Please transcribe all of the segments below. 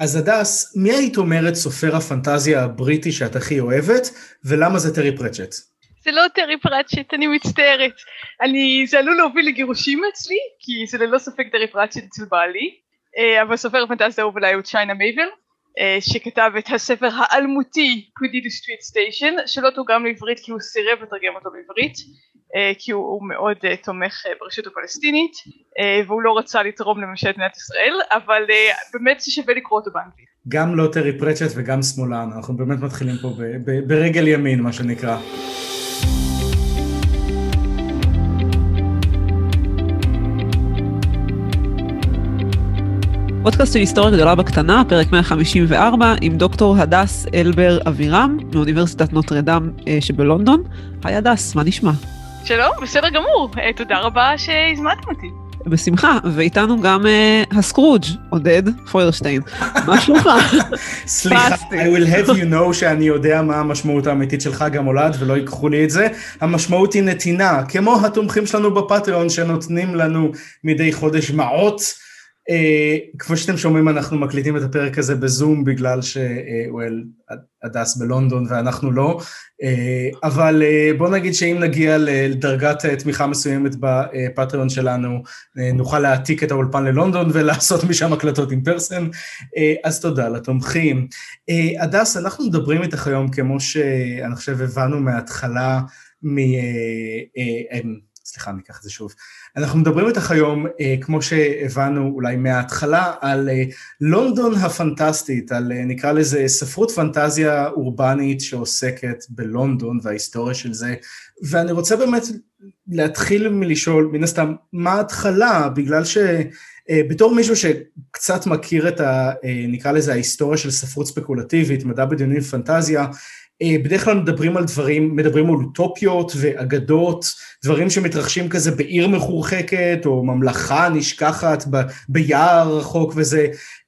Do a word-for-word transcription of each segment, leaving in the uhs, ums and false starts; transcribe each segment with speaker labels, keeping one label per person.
Speaker 1: אז הדס, מי היית אומרת סופר הפנטזיה הבריטי שאת הכי אוהבת, ולמה זה טרי פרצ'ט?
Speaker 2: זה לא טרי פרצ'ט, אני מצטערת. אני, זה עלול להוביל לגירושים אצלי, כי זה ללא ספק טרי פרצ'ט אצל בעלי, אבל סופר הפנטזיה הוא אולי הוא צ'יינה מייבל, שכתב את הספר האלמותי פרידי דה סטריט סטיישן, שלא תורגם לעברית כי הוא סירב לתרגם אותו לעברית, כי הוא, הוא מאוד תומך ברשות הפלסטינית, והוא לא רצה לתרום לממשלת מדינת ישראל, אבל באמת שווה לקרוא אותו באנגלית.
Speaker 1: גם לא טרי פרצ'ט וגם שמאלן, אנחנו באמת מתחילים פה ב- ב- ברגל ימין, מה שנקרא.
Speaker 3: פודקאסט של היסטוריה גדולה בקטנה, פרק מאה חמישים וארבע, עם דוקטור הדס אלבר אבירם, מאוניברסיטת נוטרדם שבלונדון. היי הדס, מה נשמע?
Speaker 2: שלום, בסדר גמור, תודה רבה שהזמנתם אותי.
Speaker 3: בשמחה, ואיתנו גם uh, הסקרוג' עודד פוירשטיין. מה שלומך?
Speaker 1: סליחה, I will have you know שאני יודע מה המשמעות האמיתית של חג המולד, ולא ייקחו לי את זה. המשמעות היא נתינה, כמו התומכים שלנו בפטריון, שנותנים לנו מדי חודש מעות. Uh, כמו שאתם שומעים, אנחנו מקליטים את הפרק הזה בזום, בגלל שהדס uh, בלונדון ואנחנו לא, uh, אבל uh, בוא נגיד שאם נגיע לדרגת uh, תמיכה מסוימת בפטריון שלנו, uh, נוכל להעתיק את האולפן ללונדון, ולעשות משם הקלטות עם פרסן, uh, אז תודה לתומכים. Uh, הדס, אנחנו מדברים איתך היום, כמו שאני חושב הבנו מההתחלה, מ... Uh, uh, um, סליחה, ניקח את זה שוב. אנחנו מדברים איתך היום, אה, כמו שהבנו אולי מההתחלה, על אה, לונדון הפנטסטית, על אה, נקרא לזה ספרות פנטזיה אורבנית שעוסקת בלונדון וההיסטוריה של זה, ואני רוצה באמת להתחיל מלשאול, מן הסתם, מה ההתחלה, בגלל שבתור מישהו שקצת מכיר את ה, אה, נקרא לזה ההיסטוריה של ספרות ספקולטיבית, מדע בדיוני פנטזיה, בדרך כלל מדברים על דברים, מדברים על אוטופיות ואגדות, דברים שמתרחשים כזה בעיר מחורחקת, או ממלכה נשכחת ב, ביער רחוק וזה.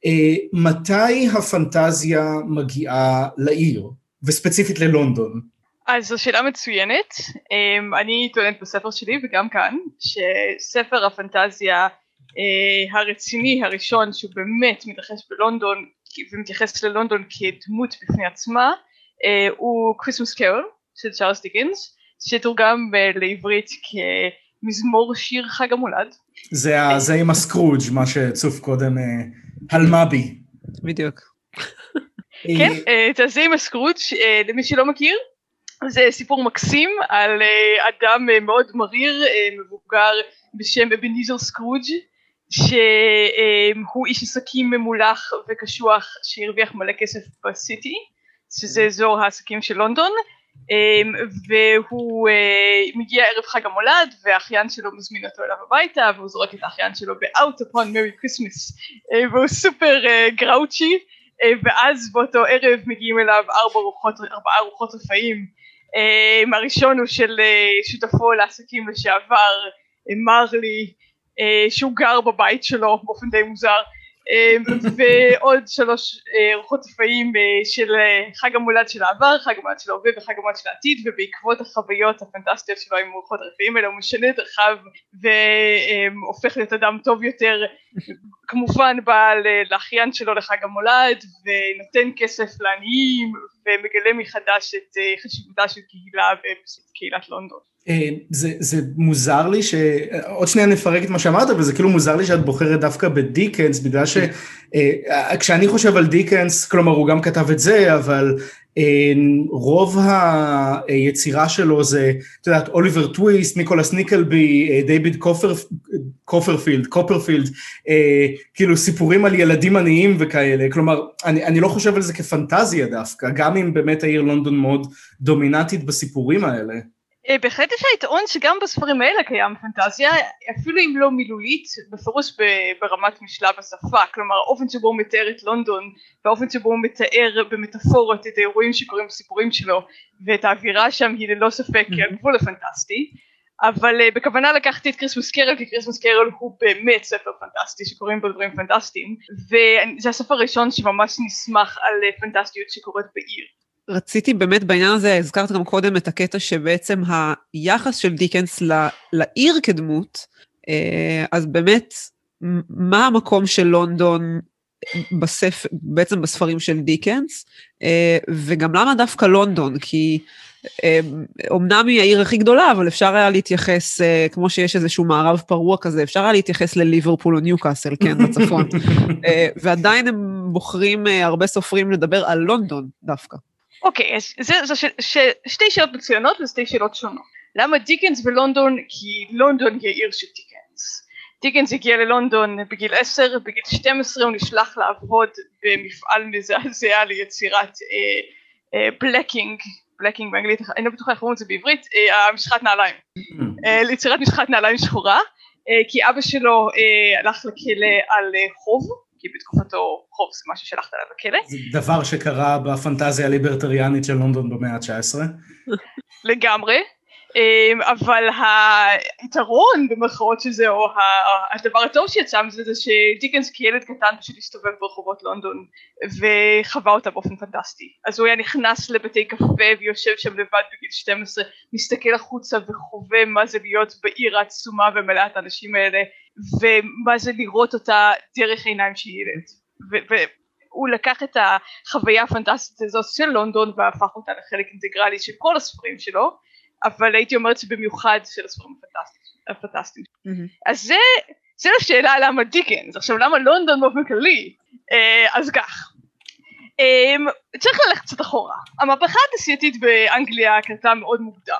Speaker 1: מתי הפנטזיה מגיעה לעיר, וספציפית ללונדון?
Speaker 2: אז זו שאלה מצוינת. אני טוענת בספר שלי וגם כאן, שספר הפנטזיה הרציני הראשון, שהוא באמת מתרחש בלונדון, ומתייחס ללונדון כדמות בפני עצמה, Uh, הוא Christmas Carol של צ'ארלס דיקנס, שתורגם uh, לעברית כמזמור שיר חג המולד.
Speaker 1: זה, uh, זה עם הסקרוג', מה שצוף קודם, uh, הלמבי.
Speaker 3: בדיוק.
Speaker 2: כן, uh, זה עם הסקרוג', uh, למי שלא מכיר, זה סיפור מקסים על uh, אדם uh, מאוד מריר, uh, מבוגר בשם אבניזר סקרוג', שהוא uh, איש עסקים ממולח וקשוח שהרוויח מלא כסף בסיטי, שזה אזור העסקים של לונדון, והוא מגיע ערב חג המולד, והאחיין שלו מזמין אותו אליו הביתה, והוא זורק את האחיין שלו ב-Out upon Merry Christmas, והוא סופר גראוצ'י, ואז באותו ערב מגיעים אליו ארבע רוחות, ארבעה רוחות רפאים, הראשון הוא של שותפו לעסקים לשעבר, מרלי, שהוא גר בבית שלו באופן די מוזר, ועוד שלוש רוחות רפאים של חג המולד של העבר, חג המולד של ההווה וחג המולד של העתיד, ובעקבות החוויות הפנטסטיות שלו עם רוחות רפאים האלה הוא משנה את דרכיו והופך להיות אדם טוב יותר, כמובן בא לאחיין שלו לחג המולד ונותן כסף לעניים ומגלה מחדש את חשיבותה של קהילה וקהילת לונדון.
Speaker 1: זה, זה מוזר לי ש... עוד שנייה נפרק את מה שאמרת, אבל זה כאילו מוזר לי שאת בוחרת דווקא בדיקנס, בגלל שכשאני חושב על דיקנס, כלומר הוא גם כתב את זה, אבל רוב היצירה שלו זה, אתה יודעת, אוליבר טוויסט, ניקולס ניקלבי, דיוויד קופר, קופרפילד, קופרפילד, כאילו סיפורים על ילדים עניים וכאלה, כלומר, אני, אני לא חושב על זה כפנטזיה דווקא, גם אם באמת העיר לונדון מאוד דומיננטית בסיפורים האלה.
Speaker 2: בהחלט אפשר לטעון שגם בספרים האלה קיים פנטזיה, אפילו אם לא מילולית, בפירוש ברמת משלב השפה, כלומר האופן שבו הוא מתאר את לונדון, והאופן שבו הוא מתאר במטאפורות את האירועים שקורים בסיפורים שלו, ואת האווירה שם היא ללא ספק על גבול הפנטסטי, אבל בכוונה לקחתי את קריסמס קרול, כי קריסמס קרול הוא באמת ספר פנטסטי שקוראים בו דברים פנטסטיים, וזה הספר הראשון שממש נסמך על פנטסטיות שקורית בעיר.
Speaker 3: רציתי באמת בעניין הזה, הזכרת גם קודם את הקטע שבעצם היחס של דיקנס לעיר כדמות, אז באמת, מה המקום של לונדון בספר, בעצם בספרים של דיקנס, וגם למה דווקא לונדון, כי אמנם היא העיר הכי גדולה, אבל אפשר היה להתייחס, כמו שיש איזשהו מערב פרוע כזה, אפשר היה להתייחס לליברפול או ניוקאסל, כן, בצפון. ועדיין הם בוחרים הרבה סופרים לדבר על לונדון דווקא.
Speaker 2: אוקיי, אז זה שתי שאלות מצוינות ושתי שאלות שונות. למה דיקנס ולונדון? כי לונדון היא העיר של דיקנס. דיקנס הגיע ללונדון בגיל עשר, בגיל שתים עשרה הוא נשלח לעבוד במפעל מזעזע ליצירת בלקינג, בלקינג באנגלית, אני לא בטוחה איך אומרים את זה בעברית, משחת נעליים, ליצירת משחת נעליים שחורה, כי אבא שלו הלך לכלא על חוב, כי בתקופתו חוב זה משהו שהלכת עליו לכלא.
Speaker 1: זה דבר שקרה בפנטזיה הליברטריאנית של לונדון במאה ה-תשע עשרה.
Speaker 2: לגמרי. אבל היתרון במרכאות שזה, או הדבר הטוב שיצא מזה, זה שדיקנס כילד קטן פשוט הסתובב ברחובות לונדון וחווה אותה באופן פנטסטי. אז הוא היה נכנס לבתי קפה ויושב שם לבד בגיל שתים עשרה, מסתכל החוצה וחווה מה זה להיות בעיר העצומה ומלאת האנשים האלה, ומה זה לראות אותה דרך עיניים של ילד. והוא לקח את החוויה הפנטסטית הזאת של לונדון והפך אותה לחלק אינטגרלי של כל הספרים שלו, אבל הייתי אומרת שבמיוחד של הספרים הפנטסטיים. אז זה, זה לשאלה למה דיקנס, עכשיו למה לונדון באופן כללי, אז כך. צריך ללכת קצת אחורה. המהפכה התעשייתית באנגליה קרתה מאוד מוקדם,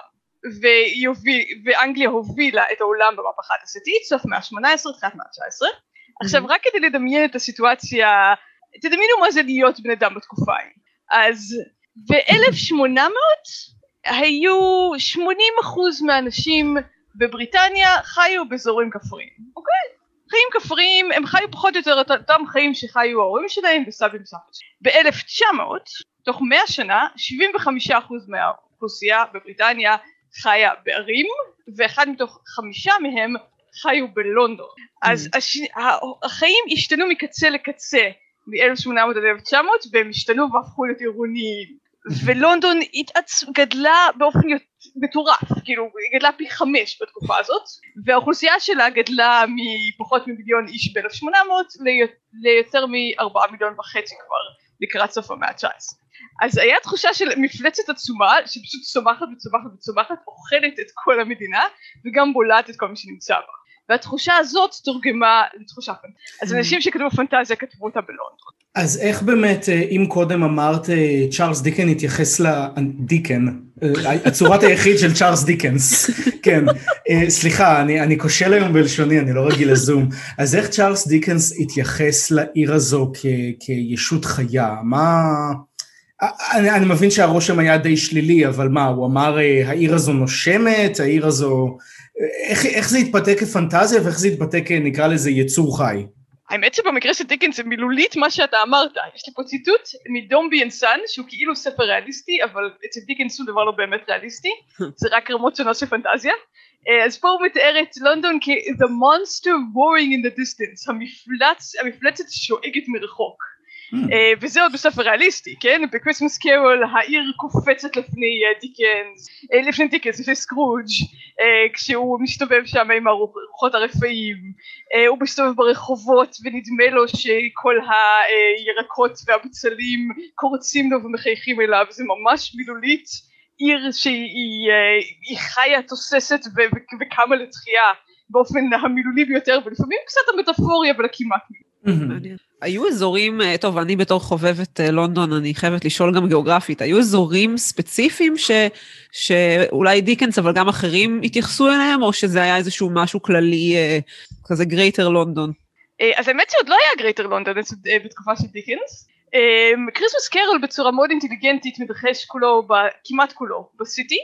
Speaker 2: ואנגליה הובילה את העולם במהפכה התעשייתית, סוף מאה ה-שמונה עשרה, תחילת מאה ה-תשע עשרה. עכשיו רק כדי לדמיין את הסיטואציה, תדמיינו מה זה להיות בן אדם בתקופה. אז ב-אלף שמונה מאות, היו שמונים אחוז מהאנשים בבריטניה חיו באזורים כפריים, אוקיי? חיים כפריים, הם חיו פחות או יותר אותם חיים שחיו ההורים שלהם וסבים וסבתות. ב-אלף תשע מאות, תוך מאה שנה, שבעים וחמישה אחוז מהאוכלוסייה בבריטניה חיה בערים, ואחד מתוך חמישה מהם חיו בלונדון. אז הש... החיים השתנו מקצה לקצה מ-אלף שמונה מאות עד אלף תשע מאות, והם השתנו והפכו להיות עירוניים. ולונדון התעצ... גדלה באופן מטורף, כאילו היא גדלה פי חמש בתקופה הזאת, והאוכלוסייה שלה גדלה מפחות ממיליון איש ב-אלף שמונה מאות ליותר מארבעה מיליון וחצי כבר לקראת סוף המאה ה-תשע עשרה. אז היה תחושה של מפלצת עצומה שפשוט צומחת וצומחת וצומחת, אוכלת את כל המדינה וגם בולעת את כל מי שנמצא בה. והתחושה הזאת תורגמה לתחושה פנטזיה. אז אנשים שכתבו פנטזיה כתבו אותה בלונדון.
Speaker 1: אז איך באמת, אם קודם אמרת, צ'ארלס דיקן התייחס לדיקן, הצורת היחיד של צ'ארלס דיקנס, כן, סליחה, אני, אני כושל היום בלשוני, אני לא רגיל לזום, אז איך צ'ארלס דיקנס התייחס לעיר הזו כ, כישות חיה? מה... אני, אני מבין שהרושם היה די שלילי, אבל מה, הוא אמר, העיר הזו נושמת, העיר הזו... איך, איך זה התבטא כפנטזיה, ואיך זה התבטא כנקרא לזה יצור חי?
Speaker 2: האמת שבמקרה של דיקנס זה מילולית מה שאתה אמרת, יש לי פה ציטוט מדומבי אנד סאן, שהוא כאילו ספר ריאליסטי, אבל אצל דיקנס הוא דבר לא באמת ריאליסטי, זה רק רמות שונות של פנטזיה. אז פה הוא מתאר את לונדון כ-the monster warring in the distance, המפלץ, המפלצת שואגת מרחוק. וזה עוד בספר ריאליסטי, כן? בקריסמס קרול העיר קופצת לפני דיקנס, לפני דיקנס, לפני סקרוג', כשהוא מסתובב שם עם הרוחות הרפאים, הוא מסתובב ברחובות ונדמה לו שכל הירקות והבצלים קורצים לו ומחייכים אליו, זה ממש מילולית עיר שהיא חיה, תוססת וקמה לתחייה באופן המילולי ביותר, ולפעמים קצת המטאפורי אבל כמעט מילולי.
Speaker 3: היו אזורים, טוב, אני בתור חובבת לונדון, אני חייבת לשאול גם גיאוגרפית, היו אזורים ספציפיים ש, שאולי דיקנס, אבל גם אחרים התייחסו אליהם, או שזה היה איזשהו משהו כללי, כזה גרייטר לונדון?
Speaker 2: אז האמת שעוד לא היה גרייטר לונדון בתקופה של דיקנס. קריסמס קרול בצורה מאוד אינטליגנטית מתרחש כולו, כמעט כולו, בסיטי.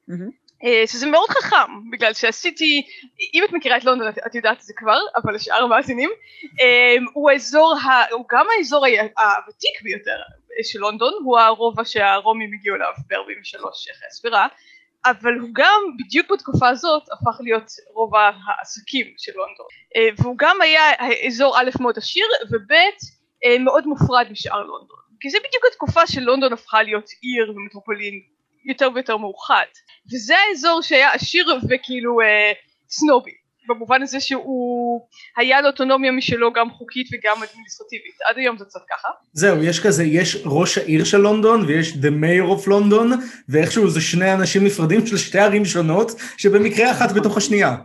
Speaker 2: שזה מאוד חכם, בגלל שהסיטי, אם את מכירה את לונדון, את יודעת את זה כבר, אבל לשאר המאזינים, הוא האזור, הוא גם האזור הוותיק ביותר של לונדון, הוא הרובע שהרומים הגיעו אליו ב-ארבעים ושלוש אחרי הספירה, אבל הוא גם בדיוק בתקופה הזאת הפך להיות רובע העסקים של לונדון, והוא גם היה אזור א' מאוד עשיר, וב' מאוד מופרד משאר לונדון, כי זה בדיוק התקופה של לונדון הפכה להיות עיר ומטרופולין יותר ויותר מאוחד, וזה האזור שהיה עשיר וכאילו אה, סנובי, במובן הזה שהוא היה לו אוטונומיה משלו גם חוקית וגם אדמיניסטרטיבית, עד היום זה קצת ככה.
Speaker 1: זהו, יש כזה, יש ראש העיר של לונדון ויש the mayor of London, ואיכשהו זה שני אנשים נפרדים של שתי ערים שונות, שבמקרה אחת בתוך השנייה.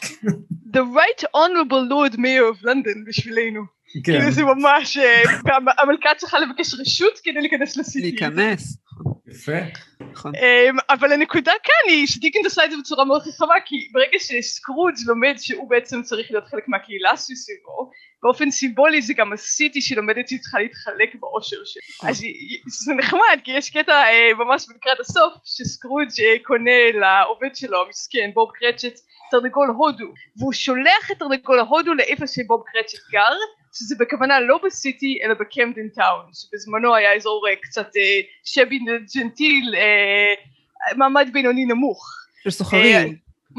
Speaker 2: The right honorable lord mayor of London בשבילנו.
Speaker 1: כן.
Speaker 2: כאילו זה ממש, המלכה צריכה לבקש רשות כדי להיכנס לסיטי.
Speaker 3: להיכנס.
Speaker 1: יפה.
Speaker 3: נכון.
Speaker 2: אבל הנקודה כאן היא שדיקנס עשה את זה בצורה מאוד חכמה, כי ברגע שסקרוג' לומד שהוא בעצם צריך להיות חלק מהקהילה סביבו, באופן סימבולי זה גם הסיטי שלומדת שהיא צריכה להתחלק באושר שלה. אז זה נחמד, כי יש קטע ממש לקראת הסוף, שסקרוג' קונה לעובד שלו, המסכן, בוב קרצ'ט, תרנגול הודו, והוא שולח את תרנגול ההודו לאיפה שבוב קרצ'ט גר, שזה בכוונה לא בסיטי אלא בקמדן טאון, שבזמנו היה אזור קצת שבי ג'נטיל, מעמד בינוני נמוך.
Speaker 3: של סוחרים,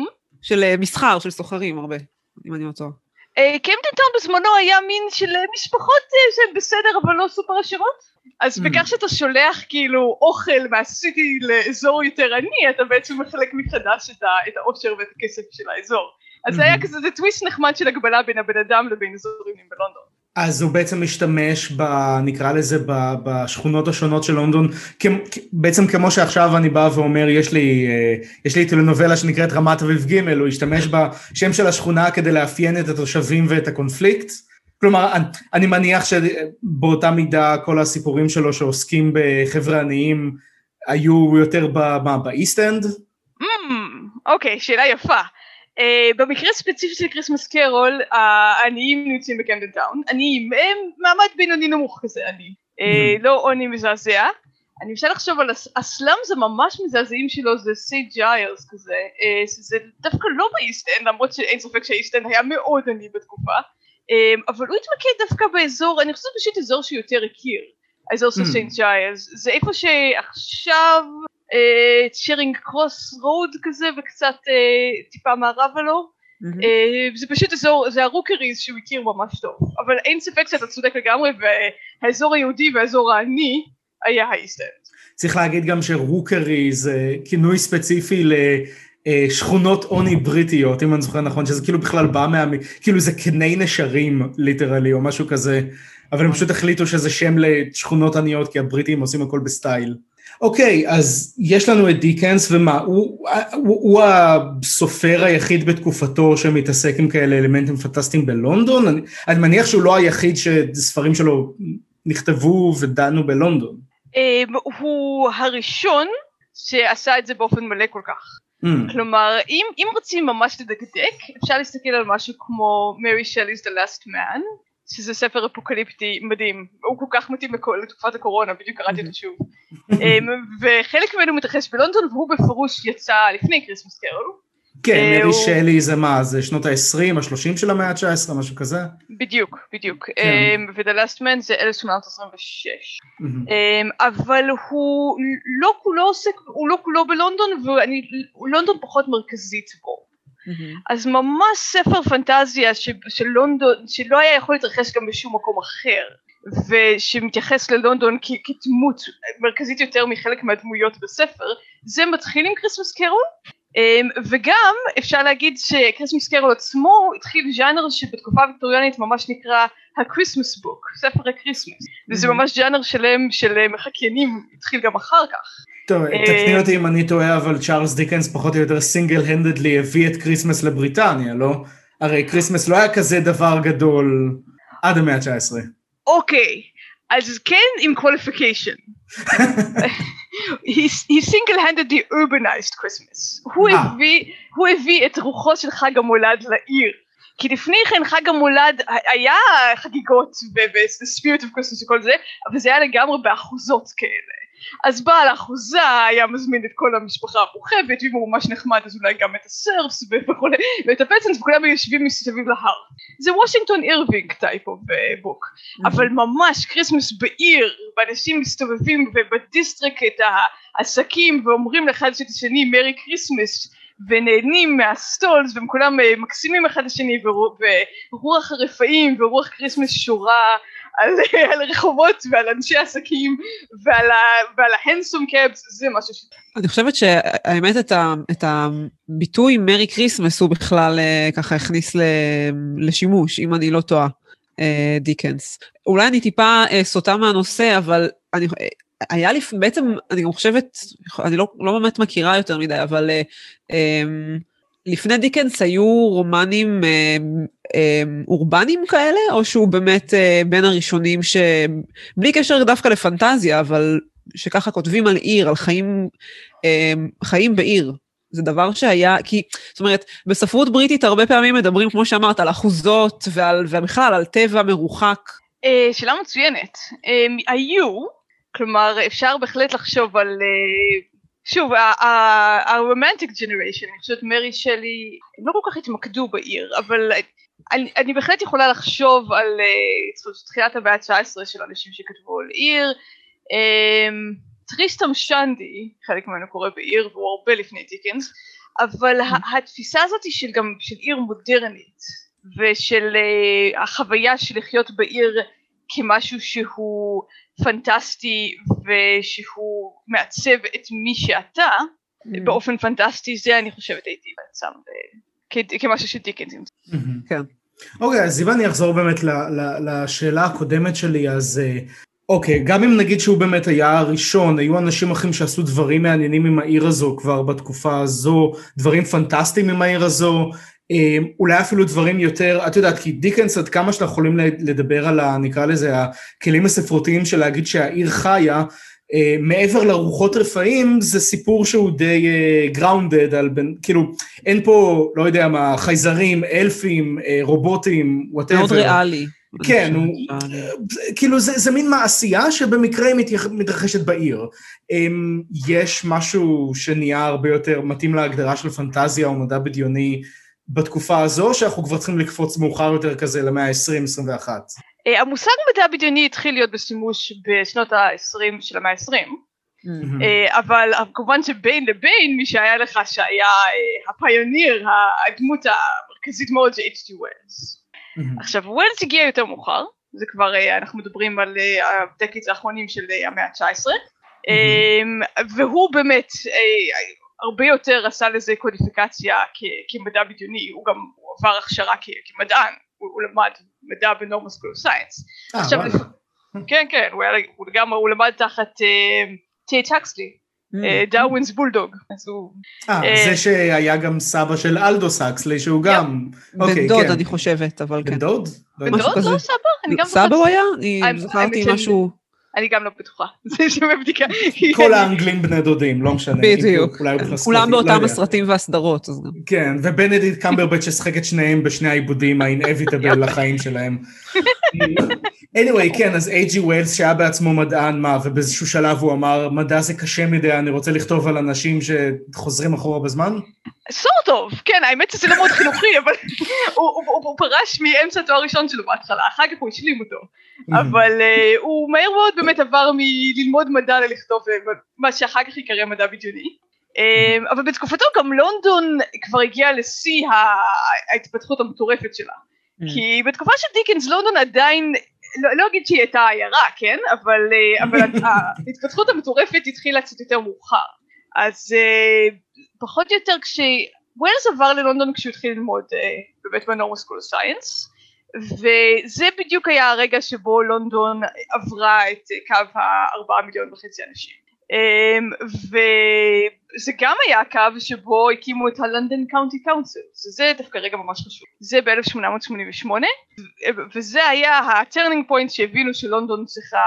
Speaker 3: של מסחר, של סוחרים הרבה, אם אני רוצה.
Speaker 2: קמדן טאון בזמנו היה מין של משפחות שהן בסדר אבל לא סופר עשירות, אז בכך שאתה שולח כאילו אוכל מהסיטי לאזור יותר עני, אתה בעצם מחלק מחדש את העושר ואת הכסף של האזור. אז זה היה כזה, זה טוויסט נחמד של הגבלה בין הבן אדם לבין אזורים בלונדון.
Speaker 1: אז הוא בעצם משתמש, ב, נקרא לזה, ב, בשכונות השונות של לונדון, בעצם כמו שעכשיו אני בא ואומר, יש לי, יש לי טלנובלה שנקראת רמת אביב ג', הוא השתמש בשם של השכונה כדי לאפיין את התושבים ואת הקונפליקט. כלומר, אני מניח שבאותה מידה כל הסיפורים שלו שעוסקים בחבר'ה עניים, היו יותר באיסט אנד?
Speaker 2: אוקיי, שאלה יפה. Uh, במקרה ספציפי של קריסמס קרול, העניים נמצאים בקמדן טאון, עניים, הם מעמד בינוני נמוך כזה עני, uh, לא עוני מזעזע. אני אפשר לחשוב על הסלאמס הממש מזעזעים שלו, זה סייט ג'יילס כזה, uh, זה דווקא לא באיסטנד, למרות שאין ספק שהאיסטנד היה מאוד עני בתקופה, uh, אבל הוא התמקד דווקא באזור, אני חושבת פשוט אזור שיותר הכיר, האזור של סייט ג'יילס, זה איפה שעכשיו צ'רינג קרוס רוד כזה וקצת טיפה מערבה לו, זה פשוט אזור, זה הרוקריז שהוא הכיר ממש טוב, אבל אין ספק שאתה צודק לגמרי, והאזור היהודי והאזור העני היה האיסטנד.
Speaker 1: צריך להגיד גם שרוקריז זה כינוי ספציפי לשכונות עוני בריטיות, אם אני זוכר נכון, שזה כאילו בכלל בא מה... כאילו זה קני נשרים ליטרלי או משהו כזה, אבל הם פשוט החליטו שזה שם לשכונות עניות, כי הבריטים עושים הכל בסטייל. אוקיי, אז יש לנו את דיקנס, ומה, הוא, הוא, הוא הסופר היחיד בתקופתו שמתעסק עם כאלה אלמנטים פנטסטיים בלונדון? אני, אני מניח שהוא לא היחיד שספרים שלו נכתבו ודנו בלונדון.
Speaker 2: הוא הראשון שעשה את זה באופן מלא כל כך. כלומר, אם, אם רוצים ממש לדקדק, אפשר להסתכל על משהו כמו Mary Shelley's The Last Man, שזה ספר אפוקליפטי מדהים, הוא כל כך מתאים לתקופת הקורונה, בדיוק קראתי אותו שוב, וחלק ממנו מתרחש בלונדון, והוא בפירוש יצא לפני קריסמס קרול.
Speaker 1: כן, מרי שלי זה מה, זה שנות ה-עשרים, ה-שלושים של המאה ה-תשע עשרה, משהו כזה?
Speaker 2: בדיוק, בדיוק, ו-The Last Man זה אלף שמונה מאות עשרים ושש, אבל הוא לא כולו עוסק, הוא לא כולו בלונדון, ולונדון פחות מרכזית בו. אז ממש ספר פנטזיה של לונדון, שלא היה יכול להתרחש גם בשום מקום אחר, ושמתייחס ללונדון כדמות מרכזית יותר מחלק מהדמויות בספר, זה מתחיל עם קריסמס קרול, וגם אפשר להגיד שקריסמס קרול עצמו התחיל ז'אנר שבתקופה ויקטוריאנית ממש נקרא הקריסמס בוק, ספר הקריסמס, וזה ממש ז'אנר שלם של מחקיינים, התחיל גם אחר כך.
Speaker 1: טוב, תקני אותי אם אני טועה, אבל צ'ארלס דיקנס פחות או יותר סינגל הנדדלי הביא את קריסמס לבריטניה, לא? הרי קריסמס לא היה כזה דבר גדול עד המאה ה-תשע עשרה.
Speaker 2: אוקיי, אז כן עם qualification. he, he single-handedly urbanized Christmas. הוא הביא, הוא הביא את רוחו של חג המולד לעיר. כי לפני כן חג המולד היה חגיגות ב-spirit of Christmas וכל זה, אבל זה היה לגמרי באחוזות כאלה. אז בעל האחוזה היה מזמין את כל המשפחה המורחבת, ואם הוא ממש נחמד אז אולי גם את הסרפס וכולי, ואת הפצנס, וכולם יושבים מסביב להר. זה וושינגטון אירווינג טייפ אוף בוק, אבל ממש קריסמס בעיר, ואנשים מסתובבים ובדיסטריקט את העסקים, ואומרים לאחד את השני מרי קריסמס, ונהנים מהסטולס, והם כולם מקסימים אחד השני, ורוח הרפאים ורוח קריסמס שורה על, על רחובות ועל אנשי עסקים ועל, ה, ועל ההנסום קאבס, זה משהו ש...
Speaker 3: אני חושבת שהאמת את, ה, את הביטוי מרי קריסמס הוא בכלל ככה הכניס לשימוש, אם אני לא טועה, דיקנס. אולי אני טיפה סוטה מהנושא, אבל אני... היה לי, בעצם, אני גם חושבת, אני לא, לא באמת מכירה יותר מדי, אבל אה, לפני דיקנס היו רומנים אה, אה, אורבנים כאלה, או שהוא באמת אה, בין הראשונים ש... בלי קשר דווקא לפנטזיה, אבל שככה כותבים על עיר, על חיים, אה, חיים בעיר. זה דבר שהיה, כי, זאת אומרת, בספרות בריטית הרבה פעמים מדברים, כמו שאמרת, על אחוזות, ועל, ובכלל על טבע מרוחק.
Speaker 2: אה, שאלה מצוינת. אה, היו... כלומר, אפשר בהחלט לחשוב על, שוב, ה-romantic generation, אני חושבת מרי שלי, הם לא כל כך התמקדו בעיר, אבל אני, אני בהחלט יכולה לחשוב על תחילת המאה ה-תשע עשרה של אנשים שכתבו על עיר, טריסטם שנדי, חלק ממנו קורא בעיר, והוא הרבה לפני דיקנס, אבל התפיסה הזאת היא של, גם של עיר מודרנית, ושל החוויה של לחיות בעיר כמשהו שהוא פנטסטי ושהוא מעצב את מי שאתה mm. באופן פנטסטי, זה אני חושבת הייתי בעצם כ- כמשהו שדיקנס.
Speaker 3: Mm-hmm. כן.
Speaker 1: אוקיי, okay, אז אם אני אחזור באמת ל- ל- לשאלה הקודמת שלי, אז אוקיי, okay, גם אם נגיד שהוא באמת היה הראשון, היו אנשים אחרים שעשו דברים מעניינים עם העיר הזו כבר בתקופה הזו, דברים פנטסטיים עם העיר הזו, אולי אפילו דברים יותר, את יודעת, כי דיקנס עד כמה שאנחנו יכולים לדבר על, נקרא לזה, הכלים הספרותיים של להגיד שהעיר חיה, מעבר לרוחות רפאים, זה סיפור שהוא די grounded, על בין, כאילו, אין פה, לא יודע מה, חייזרים, אלפים, רובוטים, whatever.
Speaker 3: מאוד ריאלי.
Speaker 1: כן, הוא, כאילו זה, זה מין מעשייה שבמקרה מתרחשת בעיר. יש משהו שנהיה הרבה יותר מתאים להגדרה של פנטזיה או מדע בדיוני, בתקופה הזו, שאנחנו כבר צריכים לקפוץ מאוחר יותר כזה למאה ה-עשרים עשרים ואחת.
Speaker 2: המושג מדע בדיוני התחיל להיות בשימוש בשנות ה-עשרים של המאה ה-עשרים, אבל כמובן שבין לבין מי שהיה לך שהיה הפיוניר, הדמות המרכזית מאוד זה אייץ' ג'י ווילס. עכשיו ווילס הגיע יותר מאוחר, זה כבר אנחנו מדברים על הדקאדס האחרונים של המאה ה-תשע עשרה, והוא באמת הרבה יותר עשה לזה קודיפיקציה כמדע בדיוני, הוא גם עבר הכשרה כמדען, הוא למד מדע בנורמל סקול אוף סיינס. כן, כן, הוא למד תחת טייט הקסלי, דארווינס בולדוג.
Speaker 1: זה שהיה גם סבא של אלדוס הקסלי, שהוא גם...
Speaker 3: בן דוד אני חושבת, אבל כן.
Speaker 1: בן דוד?
Speaker 2: בן דוד? לא סבא?
Speaker 3: סבא הוא היה? אני זכרתי משהו...
Speaker 2: אני גם לא בטוחה, זה שווה בדיקה.
Speaker 1: כל האנגלים בני דודים, לא משנה.
Speaker 3: בדיוק, כולם באותם הסרטים והסדרות.
Speaker 1: כן, ובנדיקט קמברבץ' ששחק את שניהם בשני העיבודים ה-inevitable לחיים שלהם. anyway, כן, אז איי ג'י ווילס שהיה בעצמו מדען מה, ובאיזשהו שלב הוא אמר, מדע זה קשה מדי, אני רוצה לכתוב על אנשים שחוזרים אחורה בזמן?
Speaker 2: sort of, כן, האמת שזה לא מאוד חינוכי, אבל הוא פרש מאמצע התואר ראשון שלו בהתחלה, אחר כך הוא השלים אותו. אבל הוא מהר מאוד באמת עבר מללמוד מדע ללכתוב מה שאחר כך יקרא מדע בדיוני. אבל בתקופתו גם לונדון כבר הגיעה לשיא ההתפתחות המטורפת שלה. כי בתקופה של דיקנס לונדון עדיין, לא אגיד שהיא הייתה עיירה, כן? אבל ההתפתחות המטורפת התחילה קצת יותר מאוחר. אז פחות או יותר כשווילס עבר ללונדון כשהוא התחיל ללמוד באמת בנורמל סקול אוף סיינס, וזה בדיוק היה הרגע שבו לונדון עברה את קו הארבעה מיליון וחצי אנשים. וזה גם היה הקו שבו הקימו את הלונדון קאונטי קאונסל, שזה דווקא רגע ממש חשוב. זה ב-אלף שמונה מאות שמונים ושמונה, וזה היה הטרנינג פוינט שהבינו שלונדון צריכה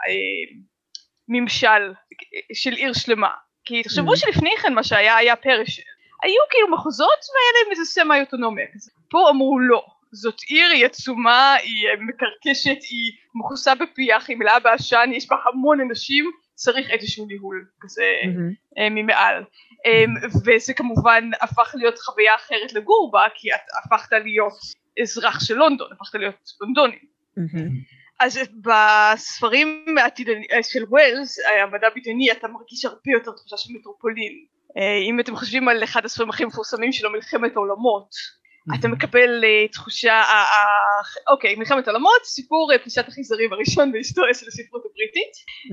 Speaker 2: ממשל של עיר שלמה. כי תחשבו שלפני כן מה שהיה היה פרש. היו כאילו מחוזות והיה להם איזה סמי אוטונומיה כזה. פה אמרו לא. זאת עיר, היא עצומה, היא מקרקשת, היא מכוסה בפיח, היא מלאה בעשן, יש בה המון אנשים, צריך איזשהו ניהול כזה mm-hmm. ממעל. Mm-hmm. וזה כמובן הפך להיות חוויה אחרת לגור בה, כי את הפכת להיות אזרח של לונדון, הפכת להיות לונדוני. Mm-hmm. אז בספרים של ווילס, המדע בדיוני, אתה מרגיש הרבה יותר תחושה של מטרופולין. אם אתם חושבים על אחד הספרים הכי מפורסמים שלו, מלחמת העולמות, אתה מקבל תחושה, אוקיי, מלחמת עולמות, סיפור פלישת החייזרים הראשון בהיסטוריה של הספרות הבריטית,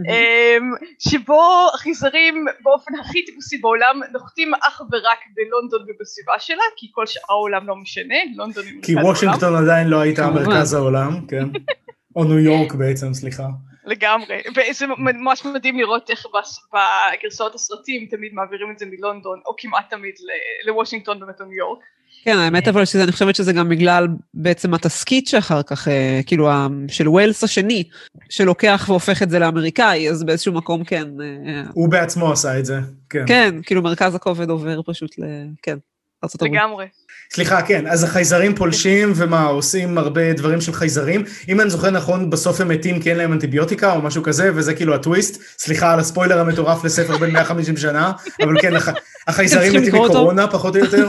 Speaker 2: שבו החייזרים באופן הכי טיפוסי בעולם נוחתים אך ורק בלונדון ובסביבה שלה, כי כל שאר העולם לא משנה, לונדון היא מרכז העולם.
Speaker 1: כי וושינגטון עדיין לא הייתה מרכז העולם, כן. או ניו יורק בעצם, סליחה.
Speaker 2: לגמרי, וזה ממש מדהים לראות איך בגרסאות הסרטים תמיד מעבירים את זה מלונדון, או כמעט תמיד לוושינגטון באמת או ניו יורק.
Speaker 3: כן, האמת אבל שאני חושבת שזה גם בגלל בעצם התסקית שאחר כך, כאילו, של ווילס השני, שלוקח והופך את זה לאמריקאי, אז באיזשהו מקום כן.
Speaker 1: הוא בעצמו עשה את זה, כן.
Speaker 3: כן, כאילו מרכז הכובד עובר פשוט ל... כן, ארצות הברית.
Speaker 2: לגמרי.
Speaker 1: סליחה, כן, אז החייזרים פולשים, ומה, עושים הרבה דברים של חייזרים, אם אני זוכר נכון, בסוף הם מתים כי אין להם אנטיביוטיקה או משהו כזה, וזה כאילו הטוויסט, סליחה על הספוילר המטורף לספר בין מאה וחמישים שנה, אבל כן, החייזרים מתים מקורונה, פחות או יותר.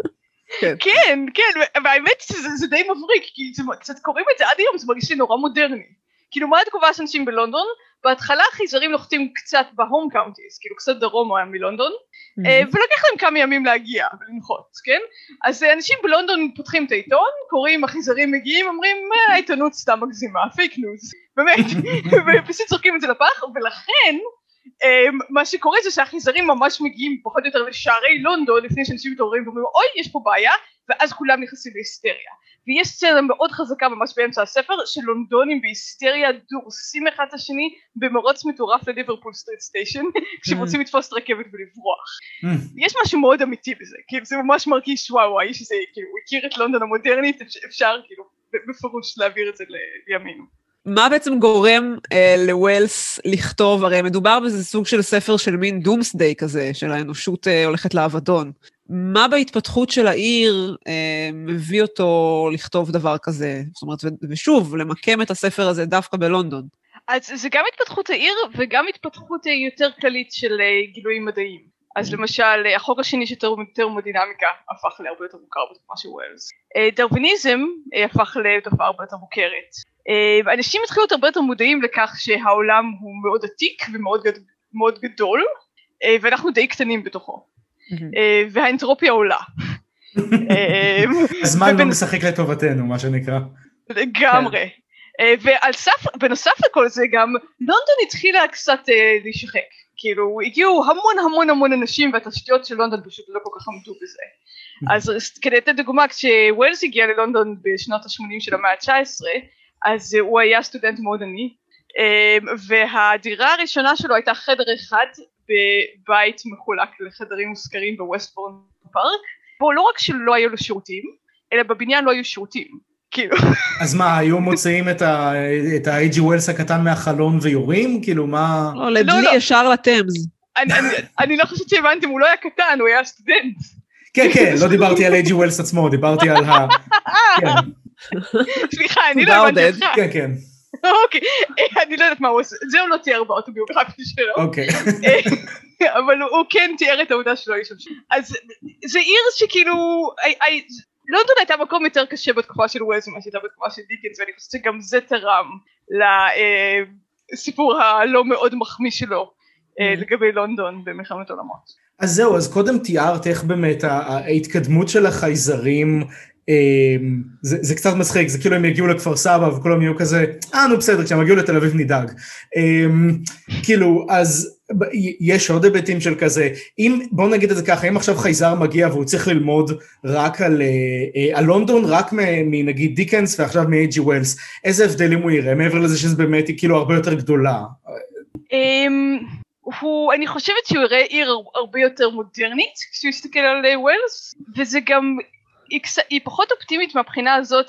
Speaker 2: כן, כן, והאמת שזה די מבריק, כי קצת קוראים את זה עד היום, זה מרגיש לי נורא מודרני. כאילו, מה התגובה של אנשים בלונדון? בהתחלה החייזרים נוחתים קצת בהום קאונטיז, כאילו קצת דרום מלונדון, ולוקח להם כמה ימים להגיע ולנחות, כן? אז אנשים בלונדון פותחים את העיתון, קוראים, החייזרים מגיעים, אומרים, העיתונות סתם מגזימה, פייק ניוז, באמת, ופשוט צורקים את זה לפח, ולכן, מה שקורה זה שהחייזרים ממש מגיעים פחות או יותר לשערי לונדון, לפני שאנשים מתעוררים ואומרים, אוי, יש פה בעיה, ואז כולם נכנסים להיסטריה. ויש סצנה מאוד חזקה ממש באמצע הספר, שלונדונים בהיסטריה דורסים אחד את השני, במרוץ מטורף לליברפול סטריט סטיישן, כשהם רוצים לתפוס את רכבת ולברוח. יש משהו מאוד אמיתי בזה, כאילו זה ממש מרגיש, וואו, האיש הזה, כאילו, הוא הכיר את לונדון המודרנית, אפשר כאילו בפירוש להעביר את זה לימינו.
Speaker 3: מה בעצם גורם אה, לווילס לכתוב, הרי מדובר בזה סוג של ספר של מין דומסדיי כזה, של האנושות אה, הולכת לאבדון. מה בהתפתחות של העיר אה, מביא אותו לכתוב דבר כזה? זאת אומרת, ו- ושוב, למקם את הספר הזה דווקא בלונדון.
Speaker 2: אז זה גם התפתחות העיר, וגם התפתחות יותר כללית של אה, גילויים מדעיים. אז למשל, החוק השני של טרמודינמיקה הפך להרבה יותר מוכר בתקופה של ווילס. אה, דרוויניזם אה, הפך לתופעה הרבה יותר מוכרת. אנשים התחילו להיות הרבה יותר מודעים לכך שהעולם הוא מאוד עתיק ומאוד גד... מאוד גדול, ואנחנו די קטנים בתוכו, והאנטרופיה עולה.
Speaker 1: הזמן לא משחק לטובתנו, מה שנקרא.
Speaker 2: לגמרי. ובנוסף לכל זה גם, לונדון התחילה קצת להישחק. כאילו, הגיעו המון המון המון אנשים, והתשתיות של לונדון פשוט לא כל כך עמדו בזה. אז כדי לתת דוגמה, כשווילס הגיע ללונדון בשנות ה-שמונים של המאה ה-תשע עשרה, אז הוא היה סטודנט מאוד עני, והדירה הראשונה שלו הייתה חדר אחד בבית מחולק לחדרים מושכרים בווסטבורן פארק, בו לא רק שלא היו לו שירותים, אלא בבניין לא היו שירותים, כאילו.
Speaker 1: אז מה, היו מוצאים את ה-איי ג'י ווילס הקטן מהחלון ויורים? כאילו מה?
Speaker 3: לא, לדלי ישר לטמז.
Speaker 2: אני לא חושבת שהבנתם, הוא לא היה קטן, הוא היה סטודנט.
Speaker 1: כן, כן, לא דיברתי על איי ג'י ווילס עצמו, דיברתי על ה...
Speaker 2: סליחה, אני לא הבנתי אותך.
Speaker 1: כן, כן.
Speaker 2: אוקיי, אני לא יודעת מה הוא עושה, זה הוא לא תיאר באוטוביוגרפיה שלו.
Speaker 1: אוקיי.
Speaker 2: אבל הוא כן תיאר את העובדה שלו יש שם. אז זה עיר שכאילו, לונדון הייתה מקום יותר קשה בתקופה של ווילס ממה שהייתה בתקופה של דיקנס, ואני חושבת שגם זה תרם לסיפור הלא מאוד מחמיא שלו לגבי לונדון במלחמת עולמות.
Speaker 1: אז זהו, אז קודם תיארת איך באמת ההתקדמות של החייזרים, זה, זה קצת מצחיק, זה כאילו הם יגיעו לכפר סבא וכולם יהיו כזה, אה נו בסדר, כשהם יגיעו לתל אביב נדאג. כאילו, אז יש עוד היבטים של כזה, אם, בואו נגיד את זה ככה, אם עכשיו חייזר מגיע והוא צריך ללמוד רק על, על לונדון, רק מנגיד דיקנס ועכשיו מ-איי ג'י ווילס, איזה הבדלים הוא יראה, מעבר לזה שזה באמת כאילו הרבה יותר גדולה?
Speaker 2: הוא, אני חושבת שהוא יראה עיר הרבה יותר מודרנית, כשהוא יסתכל על ווילס, וזה גם, היא, היא פחות אופטימית מהבחינה הזאת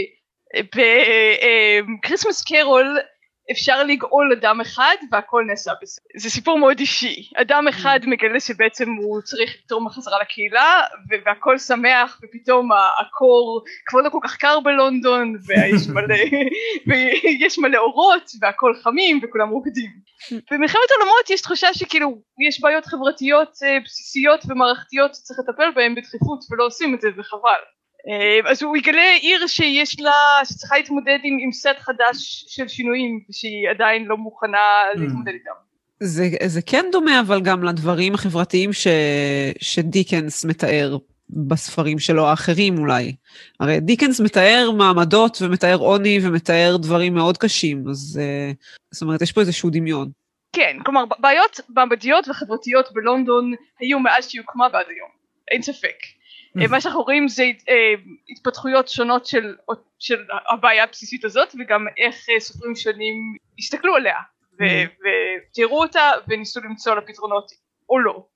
Speaker 2: שבקריסמס קרול אפשר לגאול אדם אחד והכל נעשה בזה. זה סיפור מאוד אישי. אדם אחד מגלה שבעצם הוא צריך לתרום חזרה לקהילה והכל שמח, ופתאום הקור כבר לא כל כך קר בלונדון, ויש מלא, ויש מלא אורות והכל חמים וכולם רוקדים. במלחמת העולמות יש תחושה שכאילו יש בעיות חברתיות בסיסיות ומערכתיות שצריך לטפל בהן בדחיפות ולא עושים את זה וחבל. אז הוא יגלה עיר שיש לה, שצריכה להתמודד עם, עם סט חדש של שינויים, ושהיא עדיין לא מוכנה להתמודד איתם.
Speaker 3: זה, זה כן דומה, אבל גם לדברים החברתיים ש, שדיקנס מתאר. בספרים שלו האחרים אולי. הרי דיקנס מתאר מעמדות ומתאר עוני ומתאר דברים מאוד קשים, אז זאת אומרת, יש פה איזשהו דמיון.
Speaker 2: כן, כלומר, בעיות מעמדיות וחברתיות בלונדון היו מאז שהיא הוקמה ועד היום, אין ספק. מה שאנחנו רואים זה התפתחויות שונות של, של הבעיה הבסיסית הזאת, וגם איך סופרים שונים הסתכלו עליה, ותראו אותה וניסו למצוא לה פתרונות או לא.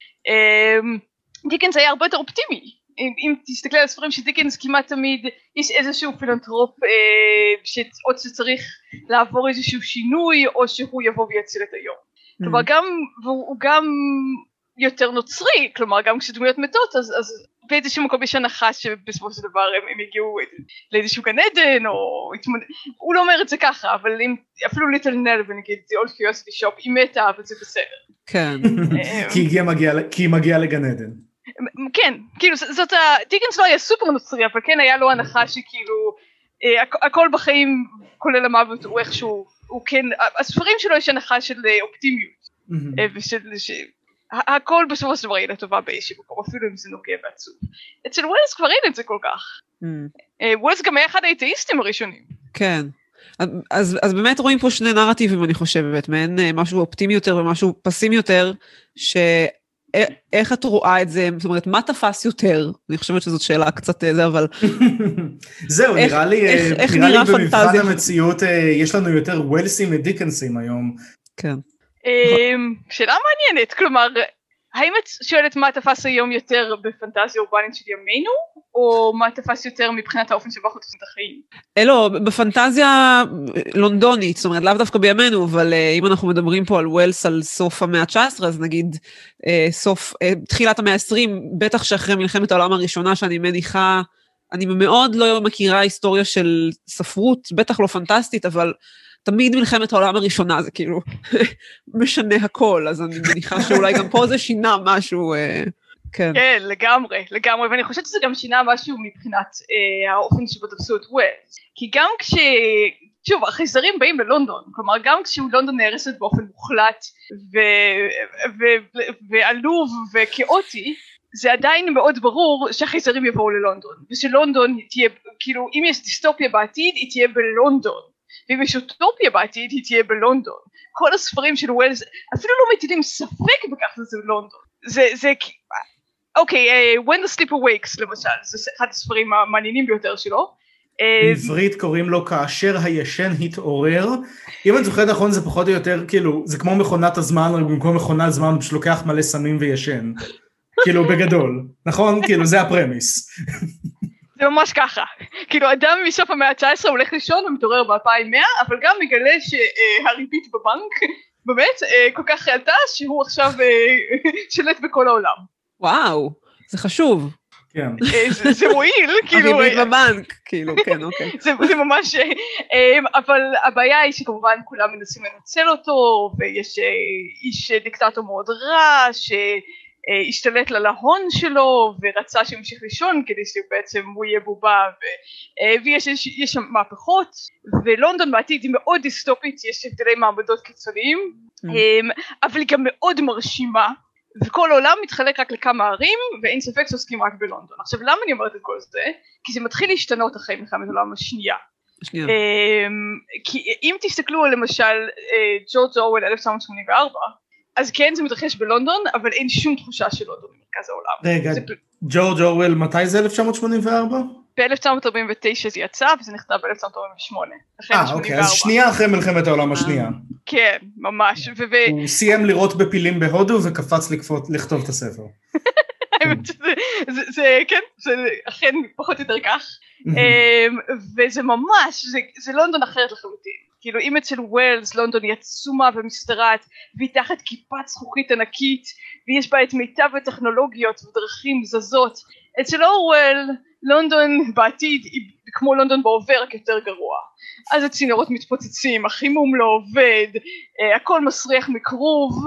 Speaker 2: דיקנס היה הרבה יותר אופטימי. אם תסתכלי על הספרים של דיקנס, כמעט תמיד יש איזשהו פילנטרופ שעוד שצריך לעבור איזשהו שינוי, או שהוא יבוא ויציל את היום. כלומר, גם, והוא גם יותר נוצרי, כלומר, גם כשדמויות מתות, אז, אז באיזשהו מקום יש הנחה שבסופו של דבר הם, הם הגיעו לאיזשהו גן עדן, או הוא לא אומר את זה ככה, אבל אם, אפילו ליטל נל, ונגיד, זה Old Curiosity Shop, היא מתה, אבל זה בסדר.
Speaker 3: כן.
Speaker 1: כי היא מגיעה לגן עדן.
Speaker 2: כן, כאילו, זאת ה... דיקנס לא היה סופר נוצרי, אבל כן היה לו הנחה שכאילו, הכל בחיים, כולל המוות, הוא איכשהו, הוא כן, הספרים שלו יש הנחה של אופטימיות, ושל... הכל בסופו של דבר יהיה לטובה באיזשהו מקום, אפילו אם זה נוגע ועצוב. אצל ווילס כבר אין את זה כל כך. ווילס גם היה אחד האתאיסטים הראשונים.
Speaker 3: כן. אז, אז באמת רואים פה שני נרטיבים, אני חושבת, מעין משהו אופטימי יותר ומשהו פסימי יותר, שאיך את רואה את זה, זאת אומרת, מה תפס יותר? אני חושבת שזאת שאלה קצת זה, אבל...
Speaker 1: זהו, איך, נראה לי, איך, איך נראה לי במבחן המציאות, יש לנו יותר ווילסים ודיקנסים היום.
Speaker 3: כן.
Speaker 2: שאלה מעניינת, כלומר, האם את שואלת מה תפס היום יותר בפנטזיה אורבנית של ימינו, או מה תפס יותר מבחינת האופן שבו אנחנו תופסים את החיים?
Speaker 3: לא, בפנטזיה לונדונית, זאת אומרת, לאו דווקא בימינו, אבל אם אנחנו מדברים פה על ווילס על סוף המאה ה-תשע עשרה, אז נגיד סוף, תחילת המאה ה-עשרים, בטח שאחרי מלחמת העולם הראשונה, שאני מניחה, אני מאוד לא מכירה היסטוריה של ספרות, בטח לא פנטסטית, אבל תמיד מלחמת העולם הראשונה זה כאילו משנה הכל, אז אני מניחה שאולי גם פה זה שינה משהו, כן.
Speaker 2: כן, לגמרי, לגמרי, ואני חושבת שזה גם שינה משהו מבחינת אה, האופן שבו תפסו את ווילס, כי גם כש... שוב, החייזרים באים ללונדון, כלומר גם כשלונדון נהרסת באופן מוחלט ו- ו- ו- ועלוב וכאוטי, זה עדיין מאוד ברור שהחייזרים יבואו ללונדון, ושלונדון תהיה, כאילו, אם יש דיסטופיה בעתיד, היא תהיה בלונדון. ואם יש אוטופיה בעתיד, היא תהיה בלונדון. כל הספרים של ווילס, אפילו לא מטילים ספק בכך שזה לונדון. זה, זה, אוקיי, When the Sleeper Wakes, למשל, זה אחד הספרים המעניינים ביותר שלו.
Speaker 1: בעברית קוראים לו כאשר הישן התעורר. אם אני זוכר נכון, זה פחות או יותר, כאילו, זה כמו מכונת הזמן, רק במקום מכונת זמן, הוא פשוט לוקח מלא סמים וישן. כאילו, בגדול. נכון? כאילו, זה הפרמיס.
Speaker 2: זה ממש ככה, כאילו אדם מסוף המאה ה-תשע עשרה הולך לישון ומתעורר ב-אלפיים ומאה, אבל גם מגלה שהריבית בבנק באמת כל כך עלתה שהוא עכשיו שולט בכל העולם.
Speaker 3: וואו, זה חשוב.
Speaker 1: כן.
Speaker 2: זה מועיל, כאילו.
Speaker 3: הריבית בבנק, כאילו, כן, אוקיי.
Speaker 2: זה ממש, אבל הבעיה היא שכמובן כולם מנסים לנצל אותו, ויש איש דיקטטור מאוד רע, ש... השתלט להון שלו ורצה שימשיך לישון כדי שבעצם הוא יהיה בובה ו... ויש יש שם מהפכות ולונדון בעתיד היא מאוד דיסטופית, יש הבדלי מעמדות קיצוניים mm. אבל היא גם מאוד מרשימה וכל העולם מתחלק רק לכמה ערים ואין ספק שעוסקים רק בלונדון. עכשיו למה אני אומרת את כל זה? כי זה מתחיל להשתנות אחרי מלחמת העולם השנייה.
Speaker 3: השנייה.
Speaker 2: כי אם תסתכלו למשל ג'ורג' אורוול אלף תשע מאות שמונים וארבע אז כן זה מתרחש בלונדון, אבל אין שום תחושה של לונדון במרכז העולם.
Speaker 1: רגע, ג'ורג' אורוול, מתי זה אלף תשע מאות שמונים וארבע?
Speaker 2: ב-אלף תשע מאות ארבעים ותשע זה יצא, וזה נכתב ב-אלף תשע מאות ארבעים ושמונה.
Speaker 1: אה, אוקיי, אז שנייה אחרי מלחמת העולם השנייה.
Speaker 2: כן, ממש.
Speaker 1: הוא סיים לראות בפילים בהודו, וקפץ לכתוב את הספר.
Speaker 2: זה, כן, זה אכן פחות יותר כך. וזה ממש, זה לונדון אחרת לחלוטין. כאילו אם אצל ווילס לונדון היא עצומה ומסתרעת והיא תחת כיפת זכוכית ענקית ויש בה את מיטב הטכנולוגיות ודרכים זזות, אצל אורוול לונדון בעתיד היא כמו לונדון בעובר רק יותר גרוע. אז הצינורות מתפוצצים, החימום לא עובד, הכל מסריח מקרוב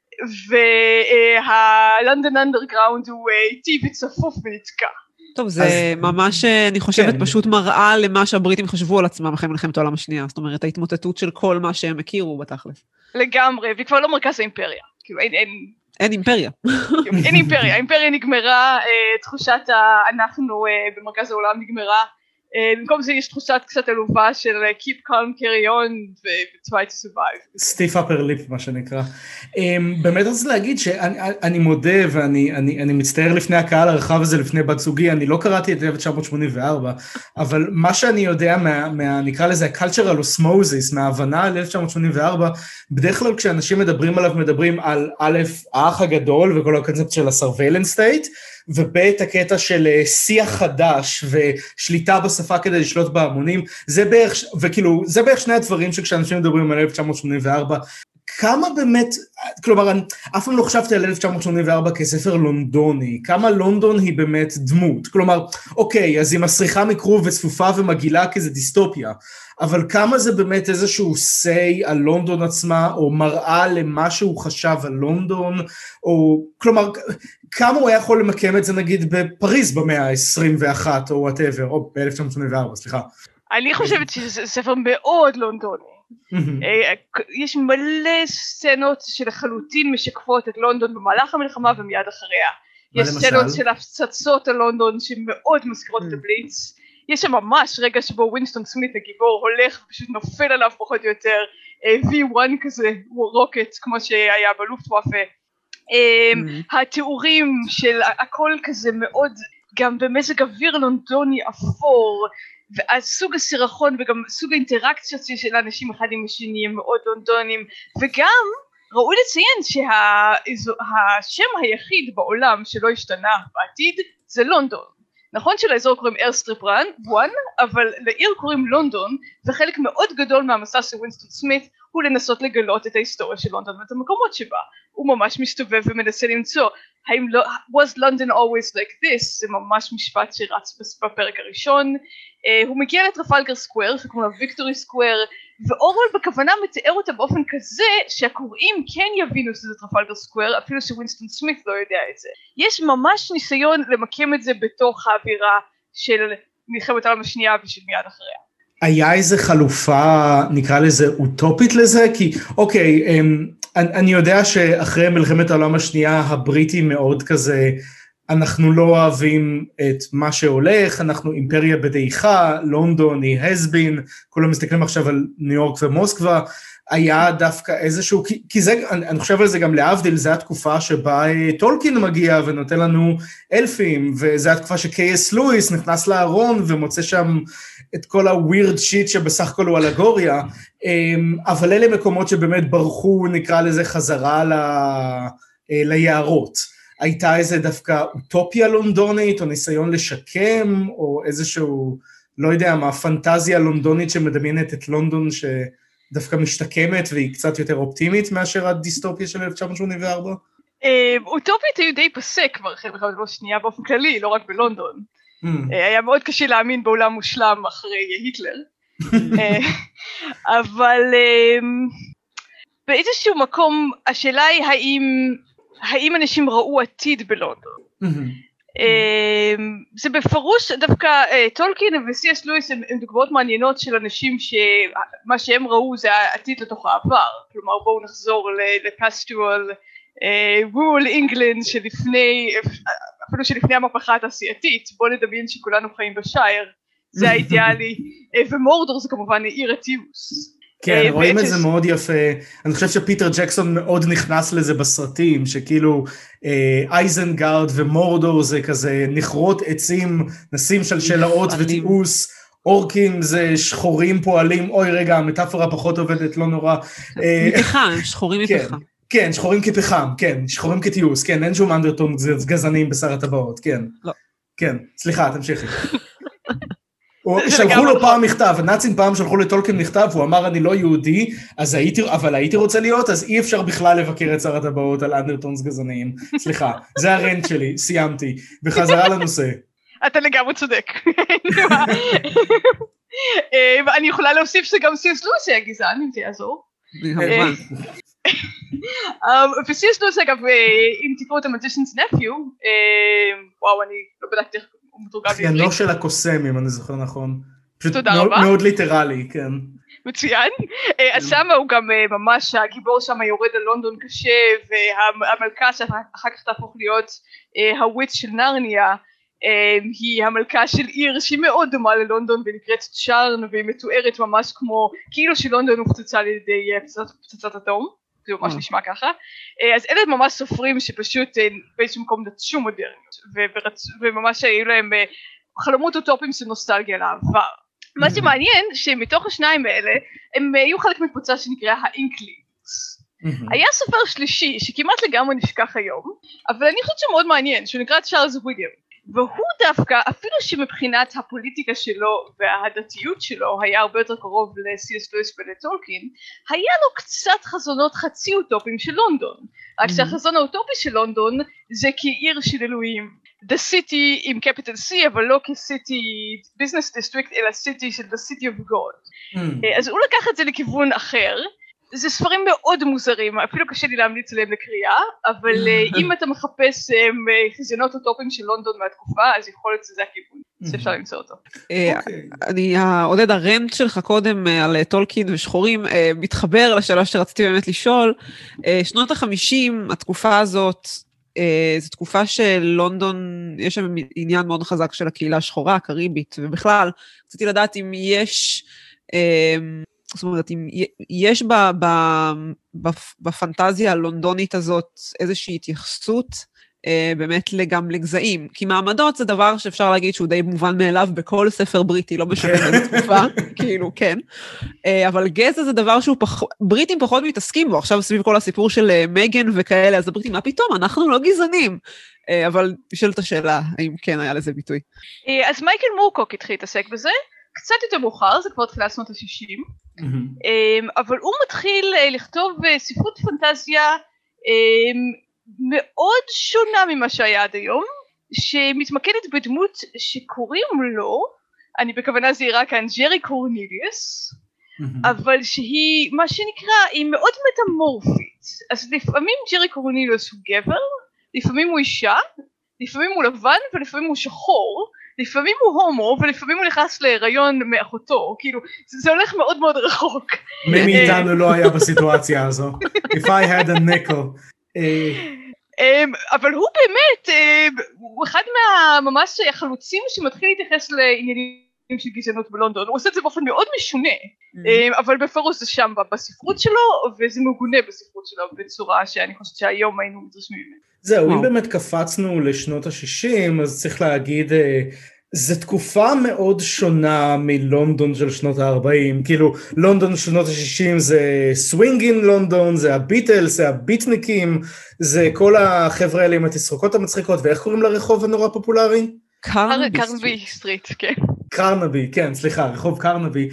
Speaker 2: והלונדון אנדרגראונד הוא איטי וצפוף ונתקע.
Speaker 3: טוב, זה ממש, אני חושבת, פשוט מראה למה שהבריטים חשבו על עצמם אחרי מלחמת העולם השנייה, זאת אומרת, ההתמוטטות של כל מה שהם הכירו בתכלס.
Speaker 2: לגמרי, והיא כבר לא מרכז האימפריה, כאילו אין, אין,
Speaker 3: אין אימפריה.
Speaker 2: אין אימפריה, האימפריה נגמרה, תחושת אנחנו במרכז העולם נגמרה, במקום זה יש תחושת קצת עלובה של keep calm, carry on ו-try to survive.
Speaker 1: stiff upper lip מה שנקרא. באמת רוצה להגיד שאני מודה ואני מצטער לפני הקהל הרחב הזה, לפני בת זוגי, אני לא קראתי את אלף תשע מאות שמונים וארבע, אבל מה שאני יודע מה, נקרא לזה cultural osmosis, מההבנה על אלף תשע מאות שמונים וארבע, בדרך כלל כשאנשים מדברים עליו, מדברים על א', האח הגדול וכל הקונספט של ה-surveillance state, ובית הקטע של שיח חדש ושליטה בשפה כדי לשלוט בהמונים, זה בערך, וכאילו, זה בערך שני הדברים שכשאנשים מדברים על אלף תשע מאות שמונים וארבע, כמה באמת, כלומר, אף פעם לא חשבתי על אלף תשע מאות שמונים וארבע כספר לונדוני, כמה לונדון היא באמת דמות, כלומר, אוקיי, אז היא מסריחה מכרוב וצפופה ומגילה כי זה דיסטופיה, אבל כמה זה באמת איזשהו say על לונדון עצמה, או מראה למה שהוא חשב על לונדון, או, כלומר, כמה הוא היה יכול למקם את זה נגיד בפריז במאה ה-עשרים ואחת, או whatever, או ב-אלף תשע מאות שמונים וארבע, סליחה.
Speaker 2: אני חושבת שזה ספר מאוד לונדוני. יש מלא סצנות שלחלוטין משקפות את לונדון במהלך המלחמה ומיד אחריה. יש סצנות של הפצצות על לונדון שמאוד מזכירות את הבליץ. יש שם ממש רגע שבו ווינסטון סמית הגיבור הולך ופשוט נופל עליו פחות או יותר וי וואן כזה, רוקט כמו שהיה בלופטוואפה. התיאורים של הכל כזה מאוד גם במזג אוויר לונדוני אפור, ואז סוג הסירחון וגם סוג האינטראקציות של האנשים אחד עם השני הם מאוד לונדונים, וגם ראוי לציין שהשם היחיד בעולם שלא השתנה בעתיד זה לונדון. נכון שלאזור קוראים איירסטריפ רן, וואן, אבל לעיר קוראים לונדון, וחלק מאוד גדול מהמסע של ווינסטון סמית הוא לנסות לגלות את ההיסטוריה של לונדון ואת המקומות שבה. הוא ממש מסתובב ומנסה למצוא, האם לא, was London always like this? זה ממש משפט שרץ בפרק הראשון. Uh, הוא מגיע לטרפלגר סקוואר, שקוראים לה ויקטורי סקוואר, ואורוול בכוונה מתאר אותה באופן כזה, שהקוראים כן יבינו שזה טרפלגר סקוואר, אפילו שווינסטון סמית לא יודע את זה. יש ממש ניסיון למקם את זה בתוך האווירה של מלחמת העולם השנייה ושל מיד אחריה.
Speaker 1: היה איזה חלופה, נקרא לזה אוטופית לזה? כי, אוקיי, אני, אני יודע שאחרי מלחמת העולם השנייה, הבריטים מאוד כזה, אנחנו לא אוהבים את מה שהולך, אנחנו אימפריה בדעיכה, לונדון היא הסבין, כולם מסתכלים עכשיו על ניו יורק ומוסקבה, היה דווקא איזשהו, כי, כי זה, אני, אני חושב על זה גם להבדיל, זה התקופה שבה טולקין מגיע ונותן לנו אלפים, וזה התקופה שקייס לואיס נכנס לארון ומוצא שם את כל הווירד שיט שבסך הכל הוא אלגוריה, אבל אלה מקומות שבאמת ברחו, נקרא לזה חזרה ל, ליערות. הייתה איזה דווקא אוטופיה לונדונית, או ניסיון לשקם, או איזשהו, לא יודע מה, פנטזיה לונדונית שמדמיינת את לונדון שדווקא משתקמת, והיא קצת יותר אופטימית מאשר הדיסטופיה של אלף תשע מאות שמונים וארבע?
Speaker 2: אוטופית היו די פסק כבר אחרי מלחמת העולם השנייה באופן כללי, לא רק בלונדון. היה מאוד קשה להאמין בעולם מושלם אחרי היטלר. אבל באיזשהו מקום, השאלה היא האם... האם אנשים ראו עתיד בלונדון? זה בפירוש דווקא טולקין וסי אס לואיס הם דוגמאות מעניינות של אנשים שמה שהם ראו זה העתיד לתוך העבר, כלומר בואו נחזור לפסטואל רול אינגלנד שלפני, אפילו שלפני המהפכה התעשייתית, בואו נדמיין שכולנו חיים בשייר, זה האידיאלי, ומורדור זה כמובן עיר הטיוס.
Speaker 1: כן, רואים את זה מאוד יפה, אני חושב שפיטר ג'קסון מאוד נכנס לזה בסרטים, שכאילו אייזנגארד ומורדור זה כזה נכרות עצים, נשים שלשלאות וטיעוס, אורקים זה שחורים פועלים, אוי רגע, המטאפורה פחות עובדת, לא נורא.
Speaker 3: מפחם, שחורים מפחם.
Speaker 1: כן, שחורים כפחם, כן, שחורים כטיעוס, כן, אין שום אנדרטון גזענים בשר הטבעות, כן. לא. כן, סליחה, תמשיכי. שלחו לו פעם מכתב, הנאצים פעם שלחו לטולקין מכתב, הוא אמר אני לא יהודי, אז הייתי, אבל הייתי רוצה להיות, אז אי אפשר בכלל לבקר את שר הטבעות על אנדרטונס גזעניים. סליחה, זה הרנט שלי, סיימתי, בחזרה לנושא.
Speaker 2: אתה לגמרי צודק. אני יכולה להוסיף שגם סי אס לואיס היה גזען, אם תעזור. וסי אס לואיס אגב, אם תקראו את המג'ישנס נפיו, וואו, אני לא בדקתי איך,
Speaker 1: אחיינו של הקוסם, אם אני זוכר נכון. תודה רבה. מאוד ליטרלי, כן.
Speaker 2: מצוין. אז שמה הוא גם ממש, הגיבור שם יורד ללונדון קשה, והמלכה שאחר כך תהפוך להיות הוויץ של נרניה, היא המלכה של עיר שהיא מאוד דומה ללונדון ונקראת צ'ארן, והיא מתוארת ממש כמו כאילו שלונדון הופצצה על ידי פצצת אטום, זה ממש נשמע ככה. אז אלה ממש סופרים שפשוט באיזשהו מקום נטשו מודרניות, וממש היו להם חלומות אוטופיים של נוסטלגיה לעבר. מה שמעניין שמתוך השניים האלה הם היו חלק מקבוצה שנקראה האינקלינגס. היה סופר שלישי שכמעט לגמרי נשכח היום, אבל אני חושבת שמאוד מעניין, שהוא נקרא צ'ארלס וויליאם, והוא דווקא, אפילו שמבחינת הפוליטיקה שלו והדתיות שלו היה הרבה יותר קרוב לסי אס לואיס ולטולקין, היה לו קצת חזונות חצי אוטופיים של לונדון, רק שהחזון האוטופי של לונדון זה כעיר של אלוהים. The City עם capital C, אבל לא כ-City Business District, אלא City של The City of God. Mm. אז הוא לקח את זה לכיוון אחר. זה ספרים מאוד מוזרים, אפילו קשה לי להמליץ עליהם לקריאה, אבל אם אתה מחפש חזיונות אוטופיים של לונדון מהתקופה, אז יכול להיות שזה הכיוון, שאפשר למצוא אותו.
Speaker 3: אני, עודד, הרנט שלך קודם על טולקין ושחורים, מתחבר לשאלה שרציתי באמת לשאול. שנות החמישים, התקופה הזאת, זו תקופה של לונדון, יש שם עניין מאוד חזק של הקהילה השחורה, הקריבית, ובכלל, רציתי לדעת אם יש, זאת אומרת, אם יש בפנטזיה הלונדונית הזאת איזושהי התייחסות, באמת גם לגזעים, כי מעמדות זה דבר שאפשר להגיד שהוא די מובן מאליו בכל ספר בריטי, לא משנה איזה תקופה, כאילו, כן, אבל גזע זה דבר שהוא פחות, בריטים פחות מתעסקים בו, עכשיו סביב כל הסיפור של מגן וכאלה, אז הבריטים, מה פתאום, אנחנו לא גזענים, אבל נשאלת השאלה, האם כן היה לזה ביטוי.
Speaker 2: אז מייקל מורקוק התחיל להתעסק בזה, קצת יותר מאוחר, זה כבר תחילת שנות ה-שישים, אבל הוא מתחיל לכתוב ספרות פנטזיה, מאוד שונה ממה שהיה עד היום, שמתמקדת בדמות שקוראים לו, אני בכוונה זהירה כאן, ג'רי קורניליוס, אבל שהיא, מה שנקרא, היא מאוד מטמורפית. אז לפעמים ג'רי קורניליוס הוא גבר, לפעמים הוא אישה, לפעמים הוא לבן ולפעמים הוא שחור, לפעמים הוא הומו ולפעמים הוא נכנס להיריון מאחותו, כאילו, זה, זה הולך מאוד מאוד רחוק.
Speaker 1: מי מאיתנו לא היה בסיטואציה הזו? If I had a nickel.
Speaker 2: אבל הוא באמת, הוא אחד מהממש החלוצים שמתחיל להתייחס לעניינים של גזענות בלונדון, הוא עושה את זה באופן מאוד משונה, אבל בפירוש זה שם בספרות שלו, וזה מגונה בספרות שלו בצורה שאני חושבת שהיום היינו מתרשמים ממנו.
Speaker 1: זהו, אם באמת קפצנו לשנות ה-שישים, אז צריך להגיד, זו תקופה מאוד שונה מלונדון של שנות ה-ארבעים, כאילו לונדון של שנות ה-שישים זה סווינגין לונדון, זה הביטלס, זה הביטניקים, זה כל החבר'ה האלה עם התסרוקות המצחיקות, ואיך קוראים לרחוב הנורא פופולרי?
Speaker 2: קרנבי סטריט, כן.
Speaker 1: קרנבי, כן, סליחה, רחוב קרנבי,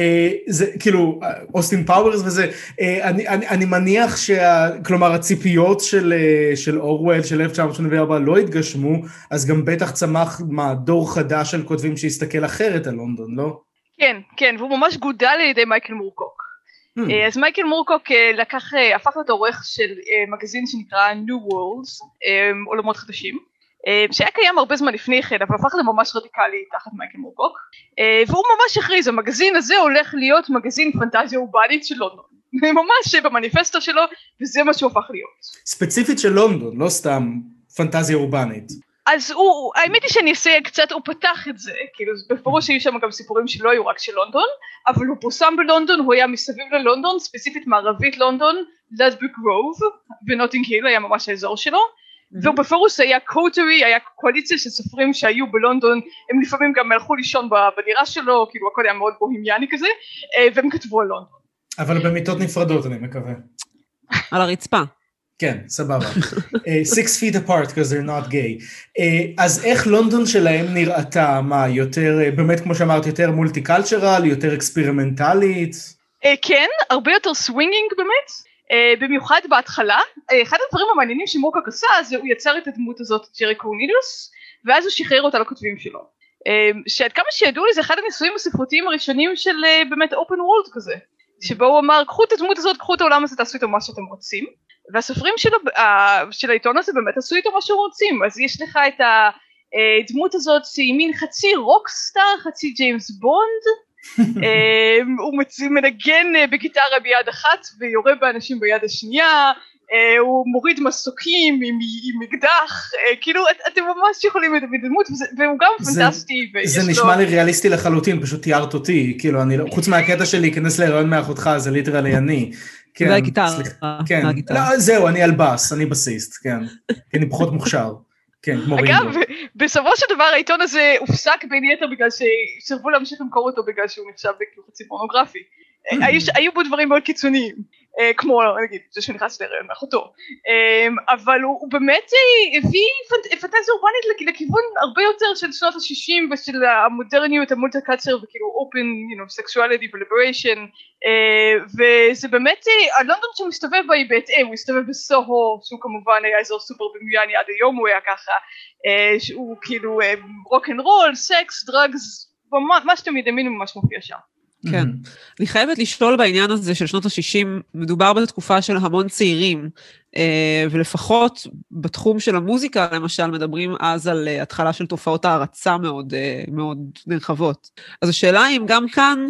Speaker 1: זה כאילו, אוסטין פאוורס וזה, אני, אני, אני מניח שה, כלומר, הציפיות של, של אורוול של אלף תשע מאות שמונים וארבע לא התגשמו, אז גם בטח צמח, מה, דור חדש של כותבים שהסתכל אחרת על לונדון, לא?
Speaker 2: כן, כן, והוא ממש גודל על ידי מייקל מורקוק. Hmm. אז מייקל מורקוק לקח, הפך להיות עורך של מגזין שנקרא New Worlds, עולמות חדשים, שהיה קיים הרבה זמן לפני כן, אבל הפך לממש רדיקלי תחת מייקל מורקוק, והוא ממש הכריז, המגזין הזה הולך להיות מגזין פנטזיה אורבנית של לונדון, ממש במניפסטו שלו, וזה מה שהוא הפך להיות.
Speaker 1: ספציפית של לונדון, לא סתם פנטזיה אורבנית.
Speaker 2: אז הוא, האמת היא שאני אסייג קצת, הוא פתח את זה, כאילו בפירוש שהיו שם גם סיפורים שלא היו רק של לונדון, אבל הוא פורסם בלונדון, הוא היה מסביב ללונדון, ספציפית מערבית לונדון, לדבי גרוב, ונוטינג היל היה ממש האזור שלו, והוא בפירוש היה קוטרי, היה קואליציה של סופרים שהיו בלונדון, הם לפעמים גם הלכו לישון בדירה שלו, כאילו הכל היה מאוד בוהמיאני כזה, והם כתבו על לונדון.
Speaker 1: אבל במיטות נפרדות אני מקווה.
Speaker 3: על הרצפה.
Speaker 1: כן, סבבה. Six feet apart, because they're not gay. אז איך לונדון שלהם נראתה? מה, יותר, באמת כמו שאמרת, יותר מולטי-קלצ'רל, יותר אקספרימנטלית?
Speaker 2: כן, הרבה יותר סווינגינג באמת. Uh, במיוחד בהתחלה, uh, אחד הדברים המעניינים שמורקוק עשה, זה הוא יצר את הדמות הזאת, ג'רי קורניליוס, ואז הוא שחרר אותה לכותבים שלו. Uh, שעד כמה שידעו לי, זה אחד הניסויים הספרותיים הראשונים של uh, באמת open world כזה, שבו הוא אמר, קחו את הדמות הזאת, קחו את העולם הזה, תעשו איתו מה שאתם רוצים, והסופרים שלו, uh, של העיתון הזה באמת עשו איתו מה שהם רוצים, אז יש לך את הדמות הזאת, שהיא מין חצי רוקסטאר, חצי ג'יימס בונד, הוא מנגן בגיטרה ביד אחת ויורה באנשים ביד השנייה, הוא מוריד מסוקים עם אקדח, כאילו אתם ממש יכולים לדמות, והוא גם פנטסטי.
Speaker 1: זה נשמע לי ריאליסטי לחלוטין, פשוט תיארת אותי, כאילו חוץ מהקטע שלי להיכנס להיריון מאחותך, זה ליטרלי אני.
Speaker 3: והגיטרה.
Speaker 1: זהו, אני אלבאס, אני בסיסט, כן, אני פחות מוכשר.
Speaker 2: אגב, בסופו של דבר העיתון הזה הופסק בין יתר בגלל ששרבו להמשיך למכור אותו בגלל שהוא נחשב חצי פורנוגרפי. היו בו דברים מאוד קיצוניים, כמו נגיד זה שנכנס להיריון מאחותו, אבל הוא באמת הביא פנטזיה אורבנית לכיוון הרבה יותר של שנות ה-שישים ושל המודרניות, המולטי-קלצ'ר וכאילו open, you know, sexuality וליבריישן, וזה באמת, הלונדון שהוא מסתובב בה היא בהתאם, הוא מסתובב בסוהו, שהוא כמובן היה אזור סופר במויאני, עד היום הוא היה ככה, שהוא כאילו רוק אנד רול, סקס, דרגס, מה שאתם מדמיינים ממש מופיע שם.
Speaker 3: כן, אני חייבת לשאול בעניין הזה של שנות ה-שישים, מדובר בתקופה של המון צעירים, ולפחות בתחום של המוזיקה, למשל, מדברים אז על התחלה של תופעות הערצה מאוד, מאוד נרחבות. אז השאלה אם גם כאן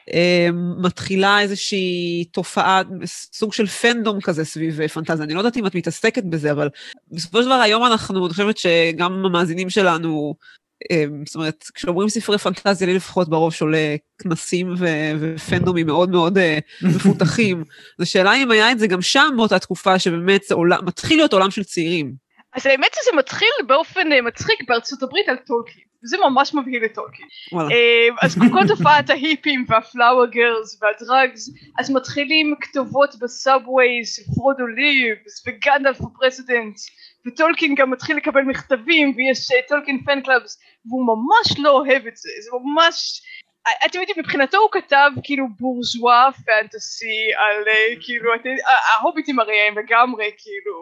Speaker 3: מתחילה איזושהי תופעה, סוג של פנדום כזה סביב פנטזיה. אני לא יודעת אם את מתעסקת בזה, אבל בסופו של דבר היום אנחנו, אני חושבת שגם המאזינים שלנו, זאת אומרת, כשאומרים ספרי פנטזיה, לי לפחות בראש עולה כנסים ופנדומים מאוד מאוד מפותחים. זו שאלה אם היה את זה גם שם באותה תקופה שבאמת מתחיל להיות עולם של צעירים.
Speaker 2: אז האמת שזה מתחיל באופן מצחיק בארצות הברית על טולקין. זה ממש מבהיל את טולקין. אז בכל תופעת ההיפים והפלאוור גרלס והדרגס, אז מתחילים כתובות בסאבווייז, פרודו ליבס וגנדלף הפרסידנט, וטולקין גם מתחיל לקבל מכתבים, ויש טולקין פן קלאבס, והוא ממש לא אוהב את זה, זה ממש, אתם יודעים, מבחינתו הוא כתב כאילו בורז'וואה פנטסי, על כאילו, ההוביטים הרי הם לגמרי כאילו,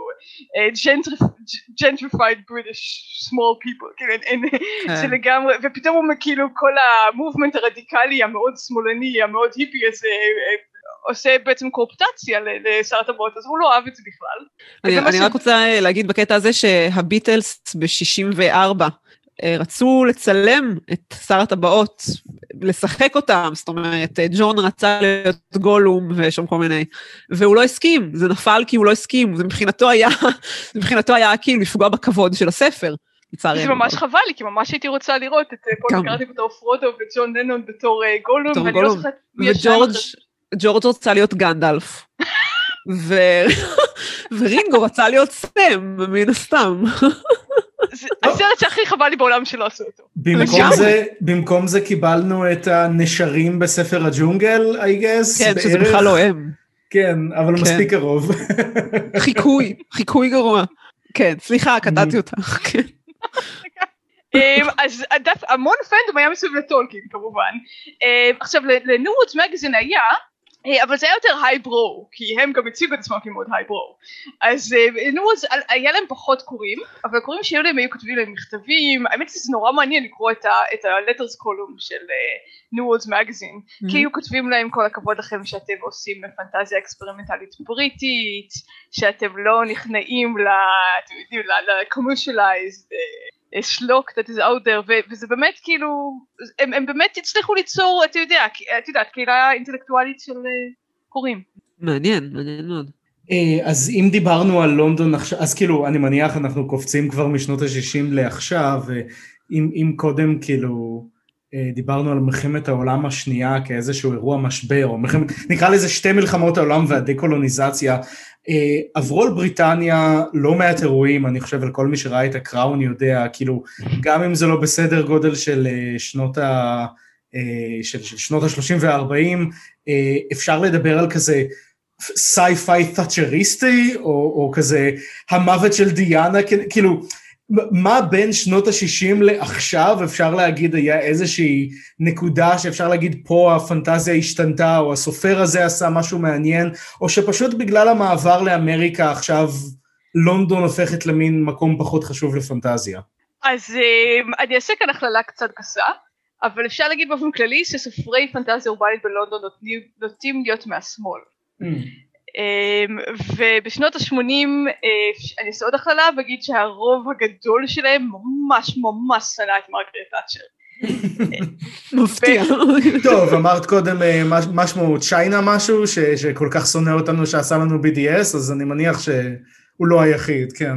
Speaker 2: gentrified British small people, כאילו, זה לגמרי, ופתאום הוא כאילו כל המובמנט הרדיקלי, המאוד שמאלני, המאוד היפי הזה, עושה בעצם קורפטציה לשר הטבעות, אז הוא לא אוהב את זה בכלל.
Speaker 3: אני רק רוצה להגיד בקטע הזה שהביטלס ב-שישים וארבע רצו לצלם את שר הטבעות, לשחק אותם, זאת אומרת, ג'ון רצה להיות גולום ושום כל מיני, והוא לא הסכים, זה נפל כי הוא לא הסכים, זה מבחינתו היה, מבחינתו היה כאילו לפגוע בכבוד של הספר.
Speaker 2: זה ממש חבל לי, כי ממש הייתי רוצה לראות את פול מקארטני בתור פרודו וג'ון לנון בתור גולום, ואני לא זוכרת מי ישן
Speaker 3: ג'ורג' רצה להיות גנדלף, ורינגו רצה להיות סם, מן הסתם.
Speaker 2: זה הסרט שהכי חבל לי בעולם שלא עשו אותו.
Speaker 1: במקום זה קיבלנו את הנשרים בספר הג'ונגל, I guess.
Speaker 3: כן, שזה בכלל לא הם.
Speaker 1: כן, אבל מספיק קרוב.
Speaker 3: חיקוי, חיקוי גרוע. כן, סליחה, קטעתי אותך, כן.
Speaker 2: אז המון פנדום היה מסביב לטולקין כמובן. עכשיו לניו וודס מגזין היה, אבל זה היה יותר הייברו, כי הם גם הציגו את עצמם כמאוד הייברו. אז ניו וודס היה להם פחות קוראים, אבל הקוראים שהיו להם היו כותבים להם מכתבים, האמת שזה נורא מעניין לקרוא את ה-letters column של ניו וודס מגזין, כי היו כותבים להם כל הכבוד לכם שאתם עושים פנטזיה אקספרימנטלית בריטית, שאתם לא נכנעים ל-commercialized שלוק, that is out there, וזה באמת כאילו, הם, הם באמת הצליחו ליצור, אתה יודע, את יודעת, קהילה אינטלקטואלית של קוראים.
Speaker 3: מעניין, מעניין מאוד.
Speaker 1: אז אם דיברנו על לונדון עכשיו, אז כאילו, אני מניח, אנחנו קופצים כבר משנות ה-שישים לעכשיו, אם, אם קודם כאילו, דיברנו על מלחמת העולם השנייה כאיזשהו אירוע משבר, או מלחמת, נקרא לזה שתי מלחמות העולם והדקולוניזציה, עברו על בריטניה לא מעט אירועים, אני חושב על כל מי שראה את הקראון יודע, כאילו, גם אם זה לא בסדר גודל של שנות ה... של, של שנות ה-שלושים וה-ארבעים, אפשר לדבר על כזה סי-פיי תאצ'ריסטי, או, או כזה המוות של דיאנה, כאילו, מה בין שנות ה-שישים לעכשיו אפשר להגיד היה איזושהי נקודה שאפשר להגיד פה הפנטזיה השתנתה, או הסופר הזה עשה משהו מעניין, או שפשוט בגלל המעבר לאמריקה עכשיו לונדון הופכת למין מקום פחות חשוב לפנטזיה?
Speaker 2: אז אני אעשה כאן הכללה קצת גסה, אבל אפשר להגיד באופן כללי שסופרי פנטזיה אורבנית בלונדון נוטים להיות מהשמאל. ובשנות ה-שמונים אני אעשה עוד הכללה ואגיד שהרוב הגדול שלהם ממש ממש שנא את מרגרט תאצ'ר.
Speaker 3: מפתיע.
Speaker 1: טוב, אמרת קודם משהו, צ'יינה משהו, שכל כך שונא אותנו שעשה לנו בי די אס, אז אני מניח שהוא לא היחיד, כן.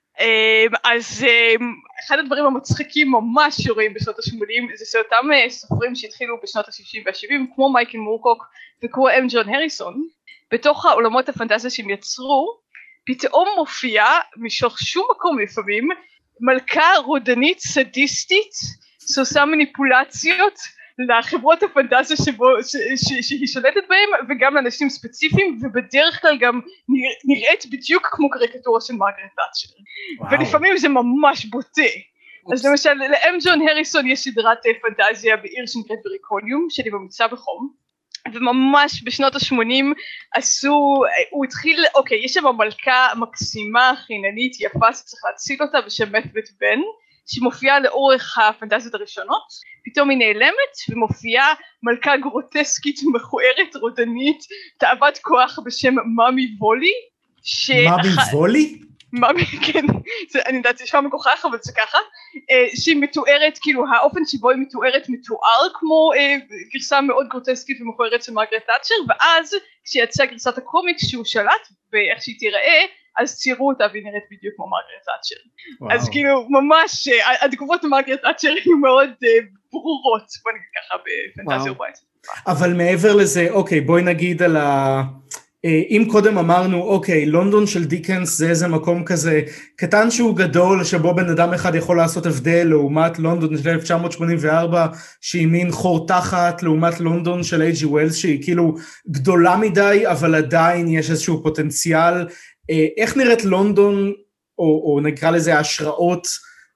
Speaker 2: אז אחד הדברים המצחיקים ממש שרואים בשנות ה-שמונים, זה שאותם סופרים שהתחילו בשנות ה-שישים וה-שבעים, כמו מייקל מורקוק וכמו אם ג'ון הריסון, בתוך העולמות הפנטזיה שהם יצרו, פתאום מופיע, משוך שום מקום לפעמים, מלכה רודנית סדיסטית, שעושה מניפולציות לחברות הפנטזיה שבו, ש, ש, שהיא שולטת בהם, וגם לאנשים ספציפיים, ובדרך כלל גם נרא, נראית בדיוק כמו קריקטורה של מרגרט תאצ'ר. ולפעמים זה ממש בוטה. אז למשל, לאם ג'ון הריסון יש סדרת פנטזיה בעיר שנקראת בריקוניום, שאני ממליצה בחום. וממש בשנות ה-שמונים עשו, הוא התחיל, אוקיי, יש שם מלכה מקסימה, חיננית, יפה, שצריך להציל אותה בשם מת'בית בן, שמופיעה לאורך הפנטזיות הראשונות, פתאום היא נעלמת ומופיעה מלכה גרוטסקית, מכוערת, רודנית, תאוות כוח בשם מאמי וולי.
Speaker 1: מאמי וולי?
Speaker 2: מאמי, כן, זה, אני יודעת, זה שם מכוחך, אבל זה ככה, שהיא מתוארת, כאילו האופן שבו היא מתוארת מתואר כמו גרסה מאוד גרוטסקית ומכוערת של מרגרט תאצ'ר, ואז כשיצאה גרסת הקומיקס שהוא שלט באיך שהיא תיראה, אז ציירו אותה והיא נראית בדיוק כמו מרגרט תאצ'ר. אז כאילו ממש התגובות למרגרט תאצ'ר היו מאוד ברורות, בוא נגיד ככה בפנטזיה אורבנית.
Speaker 1: אבל מעבר לזה, אוקיי, בואי נגיד על ה... אם קודם אמרנו, אוקיי, לונדון של דיקנס זה איזה מקום כזה קטן שהוא גדול, שבו בן אדם אחד יכול לעשות הבדל, לעומת לונדון של אלף תשע מאות שמונים וארבע, שהיא מין חור תחת, לעומת לונדון של איי ג'י ווילס, שהיא כאילו גדולה מדי, אבל עדיין יש איזשהו פוטנציאל. איך נראית לונדון, או, או נקרא לזה השראות,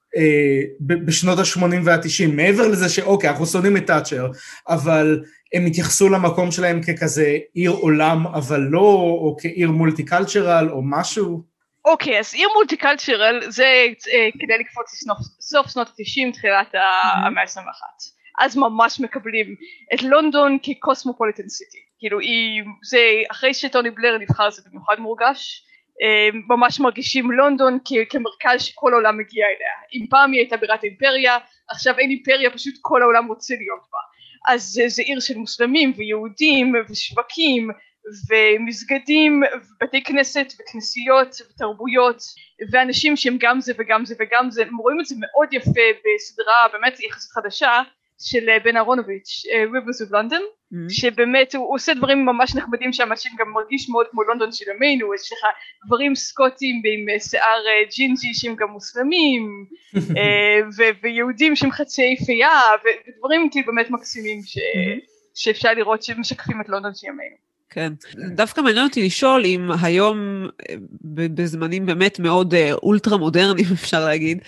Speaker 1: בשנות ה-שמונים וה-תשעים, מעבר לזה שאוקיי, אנחנו שונאים את תאצ'ר, אבל הם התייחסו למקום שלהם ככזה עיר עולם, אבל לא, או כעיר מולטי-קלצ'רל, או משהו.
Speaker 2: אוקיי, אז עיר מולטי-קלצ'רל, זה כדי לקפוץ לסוף שנות ה-תשעים, תחילת המאה ה-עשרים ואחת. אז ממש מקבלים את לונדון כקוסמופוליטן סיטי. כאילו, זה, אחרי שטוני בלר נבחר, זה במיוחד מורגש, ממש מרגישים לונדון כמרכז שכל העולם מגיע אליה. אם פעם היא הייתה בירת אימפריה, עכשיו אין אימפריה, פשוט כל העולם רוצה להיות בה. אז זה, זה עיר של מוסלמים ויהודים ושווקים ומסגדים ובתי כנסת וכנסיות ותרבויות ואנשים שהם גם זה וגם זה וגם זה. הם רואים את זה מאוד יפה בסדרה באמת יחסית חדשה של בן אהרונוביץ', Rivers of London, mm-hmm. שבאמת הוא, הוא עושה דברים ממש נחמדים שהאנשים גם מרגיש מאוד כמו לונדון של ימינו, יש לך גברים סקוטים עם שיער ג'ינג'י שהם גם מוסלמים, ו- ויהודים שהם חצי פייה, ודברים כאילו באמת מקסימים ש- mm-hmm. שאפשר לראות שמשקפים את לונדון של ימינו.
Speaker 3: כן, דווקא מעניין אותי לשאול אם היום בזמנים באמת מאוד אולטרה מודרניים אפשר להגיד,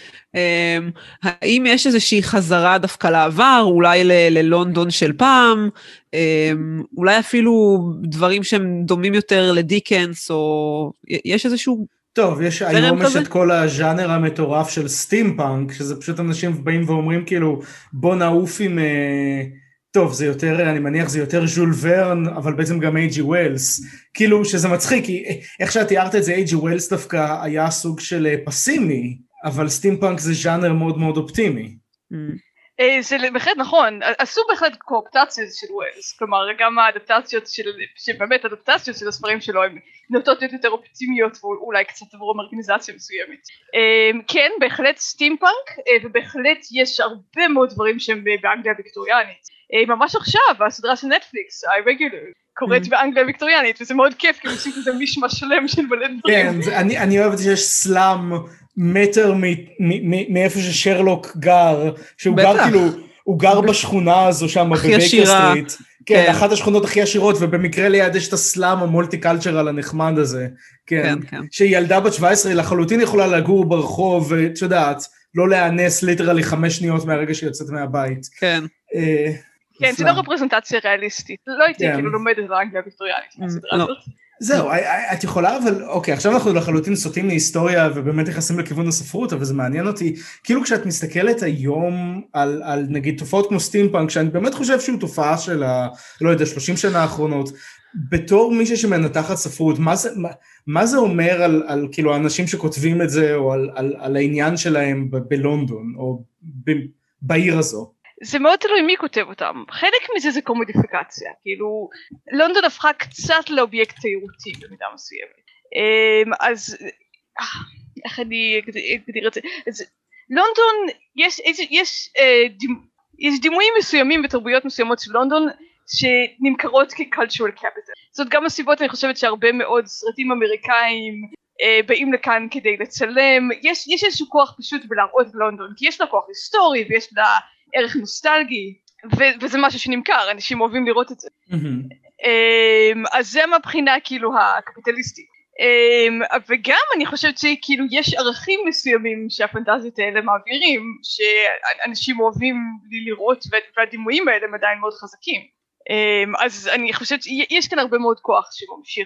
Speaker 3: האם יש איזושהי חזרה דווקא לעבר, אולי ללונדון של פעם, אולי אפילו דברים שהם דומים יותר לדיקנס, או יש איזשהו...
Speaker 1: טוב, יש היום יש את כל הז'אנר המטורף של סטימפאנק, שזה פשוט אנשים באים ואומרים כאילו, בוא נעוף עם... טוב, זה יותר, אני מניח, זה יותר ז'ול ורן, אבל בעצם גם איי ג'י ווילס, כאילו שזה מצחיק, כי איך שאת תיארת את זה, איי ג'י ווילס דווקא היה סוג של פסימי, אבל סטימפאנק זה ז'אנר מאוד מאוד אופטימי.
Speaker 2: זה בהחלט נכון, עשו בהחלט קואפטציות של ווילס, כלומר גם האדפטציות של, שבאמת האדפטציות של הספרים שלו, הן נוטות להיות יותר אופטימיות, ואולי קצת עברו אורגניזציה מסוימת. כן, בהחלט סטימפאנק, ובהחלט יש הרבה מאוד דברים שהם באנגליה ויקטוריאנית. ממש עכשיו, הסדרה של נטפליקס, ה-Regular, קורית באנגליה ויקטוריאנית, וזה מאוד כיף, כי הם עושים כזה מישמש שלם של מלא דברים.
Speaker 1: כן, אני אוהב את זה שיש סלאם מטר מאיפה ששרלוק גר, שהוא גר כאילו, הוא גר בשכונה הזו שם בבייקר סטריט. כן, אחת השכונות הכי עשירות, ובמקרה ליד יש את הסלאם המולטי קלצ'רל הנחמד הזה. כן, שילדה בת שבע עשרה לחלוטין יכולה לגור ברחוב, ואת יודעת, לא להיאנס ליטרלי חמש שניות מהרגע שיוצאת מהבית.
Speaker 3: כן.
Speaker 2: כן, זה לא רפרזנטציה ריאליסטית, לא הייתי כאילו לומדת על האנגליה הוויקטוריאנית מהסדרה הזאת.
Speaker 1: זהו, את יכולה, אבל אוקיי, עכשיו אנחנו לחלוטין סוטים מהיסטוריה ובאמת נכנסים לכיוון הספרות, אבל זה מעניין אותי, כאילו כשאת מסתכלת היום על, על נגיד תופעות כמו סטימפאנק, שאני באמת חושב שהוא תופעה של ה, לא יודע, שלושים שנה האחרונות, בתור מישהו שמנתחת ספרות, מה זה, מה, מה זה אומר על, על כאילו האנשים שכותבים את זה, או על, על, על העניין שלהם ב- בלונדון, או ב- בעיר הזו?
Speaker 2: זה מאוד תלוי מי כותב אותם. חלק מזה זה קומודיפיקציה, כאילו, לונדון הפכה קצת לאובייקט תיירותי במידה מסוימת. אז, איך אני אגדיר את זה? אז לונדון, יש, יש, יש, יש דימויים מסוימים בתרבויות מסוימות של לונדון, שנמכרות כ-cultural capital. זאת גם הסיבות, אני חושבת שהרבה מאוד סרטים אמריקאים אה, באים לכאן כדי לצלם. יש, יש איזשהו כוח פשוט בלהראות לונדון, כי יש לה כוח היסטורי ויש לה ערך נוסטלגי, ו- וזה משהו שנמכר, אנשים אוהבים לראות את זה. Mm-hmm. אה, אז זה מהבחינה כאילו הקפיטליסטית. אה, וגם אני חושבת שכאילו יש ערכים מסוימים שהפנטזיות האלה מעבירים, שאנשים אוהבים לראות, והדימויים האלה הם עדיין מאוד חזקים. אז אני חושבת שיש כאן הרבה מאוד כוח שממשיך.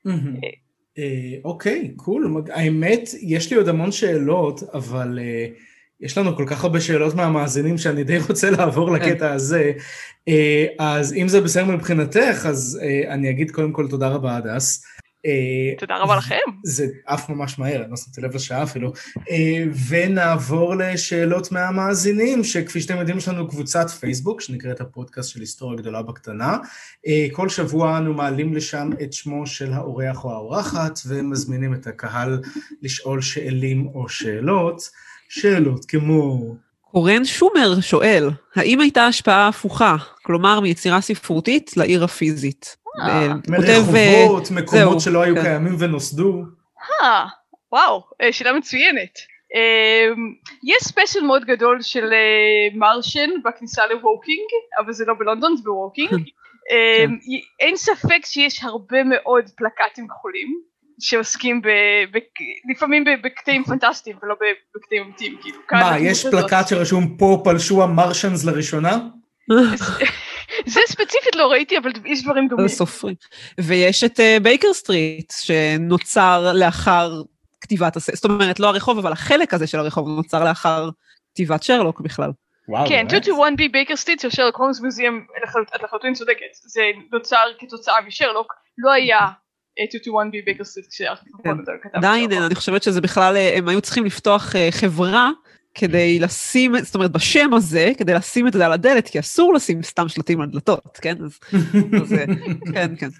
Speaker 1: אוקיי, קול. האמת, יש לי עוד המון שאלות, אבל יש לנו כל כך הרבה שאלות מהמאזינים שאני די רוצה לעבור לקטע הזה. אז אם זה בסדר מבחינתך, אז אני אגיד קודם כל תודה רבה, הדס.
Speaker 2: תודה רבה לכם.
Speaker 1: זה אף ממש מהר, אני לא שמתי לב לשעה אפילו. ונעבור לשאלות מהמאזינים, שכפי שאתם יודעים יש לנו קבוצת פייסבוק, שנקראת הפודקאסט של היסטוריה גדולה בקטנה. כל שבוע אנו מעלים לשם את שמו של האורח או האורחת, ומזמינים את הקהל לשאול שאלים או שאלות. שאלות כמו...
Speaker 3: קורן שומר שואל, האם הייתה השפעה הפוכה, כלומר מיצירה ספרותית לעיר הפיזית?
Speaker 1: מרחובות, מקומות שלא היו קיימים ונוסדו.
Speaker 2: אה, וואו, שאלה מצוינת. יש ספיישל מאוד גדול של מרשן בכניסה לווקינג, אבל זה לא בלונדון, זה בווקינג. אין ספק שיש הרבה מאוד פלקטים כחולים, שעוסקים לפעמים בקטעים פנטסטיים, ולא בקטעים אמיתיים.
Speaker 1: מה, יש פלקט שרשום פה פלשו המרשנס לראשונה?
Speaker 2: זה ספציפית לא ראיתי, אבל יש דברים דומים.
Speaker 3: סופרים. ויש את בייקר סטריט, שנוצר לאחר כתיבת הספר, זאת אומרת, לא הרחוב, אבל החלק הזה של הרחוב נוצר לאחר כתיבת שרלוק בכלל.
Speaker 2: כן, מאתיים עשרים ואחת בי בייקר סטריט של שרלוק הולמס מוזיאום, את לחלוטין צודקת, זה נוצר כתוצאה משרלוק, לא היה מאתיים עשרים ואחת בי בייקר סטריט כשארתור קונן כתב.
Speaker 3: עדיין, אני חושבת שזה בכלל, הם היו צריכים לפתוח חברה, כדי לשים, זאת אומרת, בשם הזה, כדי לשים את זה על הדלת, כי אסור לשים סתם שלטים על דלתות, כן? אז, אז כן, כן.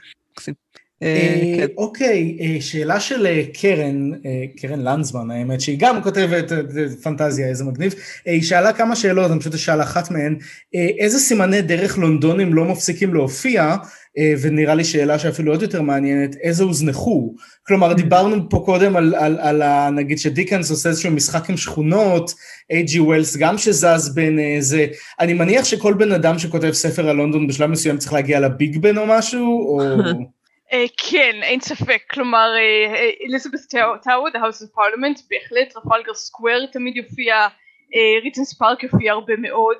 Speaker 1: אוקיי, שאלה של קרן, קרן לנזמן, האמת, שהיא גם כותבת פנטזיה, איזה מגניב, היא שאלה כמה שאלות, אני פשוט אשאל אחת מהן, איזה סימני דרך לונדונים לא מפסיקים להופיע, ונראה לי שאלה שאפילו עוד יותר מעניינת, איזה הוזנחו? כלומר, דיברנו פה קודם על, על, על, על נגיד שדיקנס עושה איזשהו משחק עם שכונות, איי ג'י ווילס גם שזז בין זה, אני מניח שכל בן אדם שכותב ספר על לונדון בשלב מסוים צריך להגיע לביג בן או משהו, או...
Speaker 2: כן, אין ספק, כלומר, אליזבת טאו, The House of Parliament, בהחלט, טרפלגר סקוואר תמיד יופיע, ריצ'נס פארק יופיע הרבה מאוד.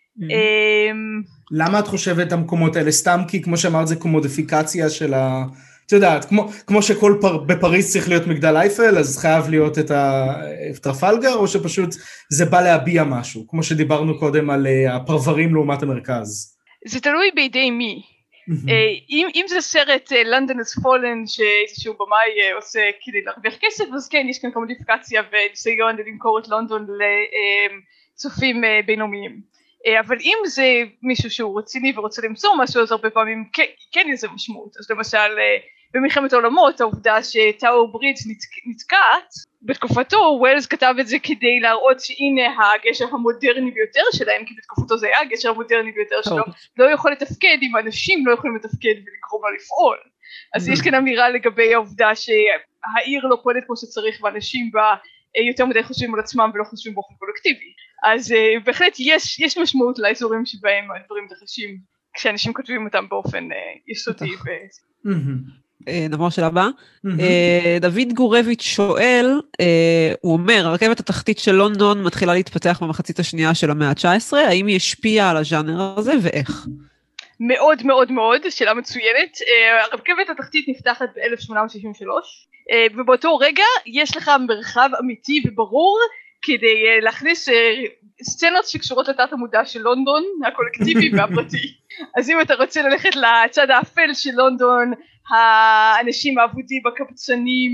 Speaker 1: למה את חושבת המקומות האלה? סתם כי, כמו שאמרת, זה קומודיפיקציה של ה... את יודעת, כמו שכל בפריז צריך להיות מגדל אייפל, אז חייב להיות את הטרפלגר, או שפשוט זה בא להביע משהו, כמו שדיברנו קודם על הפרברים לעומת המרכז?
Speaker 2: זה תלוי בידי מי. אם, אם זה סרט London has fallen שאיזשהו במאי עושה כדי להרוויח כסף, אז כן, יש כאן קומודיפיקציה וניסיון למכור את לונדון לצופים בינלאומיים. אבל אם זה מישהו שהוא רציני ורוצה למצוא משהו, אז הרבה פעמים כן, כן יש משמעות. אז למשל במלחמת העולמות, העובדה שטאוור ברידג' נתקעת, בתקופתו ווילס כתב את זה כדי להראות שהנה הגשר המודרני ביותר שלהם, כי בתקופתו זה היה הגשר המודרני ביותר שלו, לא יכול לתפקד אם אנשים לא יכולים לתפקד ולקרוא לה לפעול. אז יש כאן אמירה לגבי העובדה שהעיר לא פועלת כמו שצריך, ואנשים בה יותר מדי חושבים על עצמם ולא חושבים באופן קולקטיבי. אז בהחלט יש, יש משמעות לאזורים שבהם הדברים מתרחשים, כשאנשים כותבים אותם באופן יסודי.
Speaker 3: נעבור לשאלה הבאה. דוד גורביץ' שואל, הוא אומר, הרכבת התחתית של לונדון מתחילה להתפתח במחצית השנייה של המאה ה-תשע עשרה, האם היא השפיעה על הז'אנר הזה ואיך?
Speaker 2: מאוד מאוד מאוד, שאלה מצוינת. הרכבת התחתית נפתחת ב-אלף שמונה מאות שישים ושלוש, ובאותו רגע יש לך מרחב אמיתי וברור, כדי להכניס סצנות שקשורות לתת המודע של לונדון, הקולקטיבי והפרטי. אז אם אתה רוצה ללכת לצד האפל של לונדון, האנשים האבודים, הקבצנים,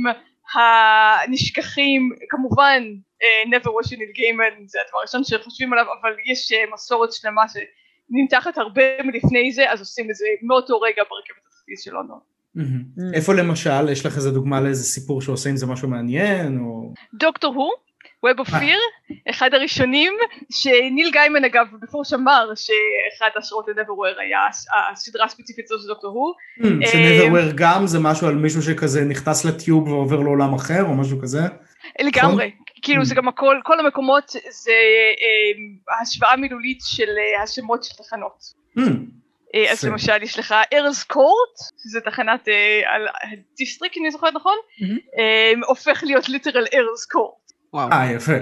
Speaker 2: הנשכחים, כמובן never was a ניל גיימן, זה הדבר הראשון שחושבים עליו, אבל יש מסורת שלמה שנמתחת הרבה מלפני זה, אז עושים את זה מאותו רגע ברכבת התחתית של לונדון.
Speaker 1: איפה למשל, יש לך איזה דוגמה לאיזה סיפור שעושה עם זה משהו מעניין?
Speaker 2: דוקטור הו, Web of Fear, אחד הראשונים, שניל גיימן אגב בפירוש אמר שאחד השראות ל-Neverwhere היה הסדרה הספציפית זו של דוקטור הו.
Speaker 1: ש-Neverwhere גם זה משהו על מישהו שכזה נכנס לטיוב ועובר לעולם אחר או משהו כזה?
Speaker 2: לגמרי, כאילו זה גם הכל, כל המקומות זה השוואה מילולית של השמות של תחנות. אז למשל יש לך ארז קורט, שזה תחנת על דיסטריק, אם אני זוכרת נכון, הופך להיות ליטרל ארז קורט.
Speaker 1: אה, יפה.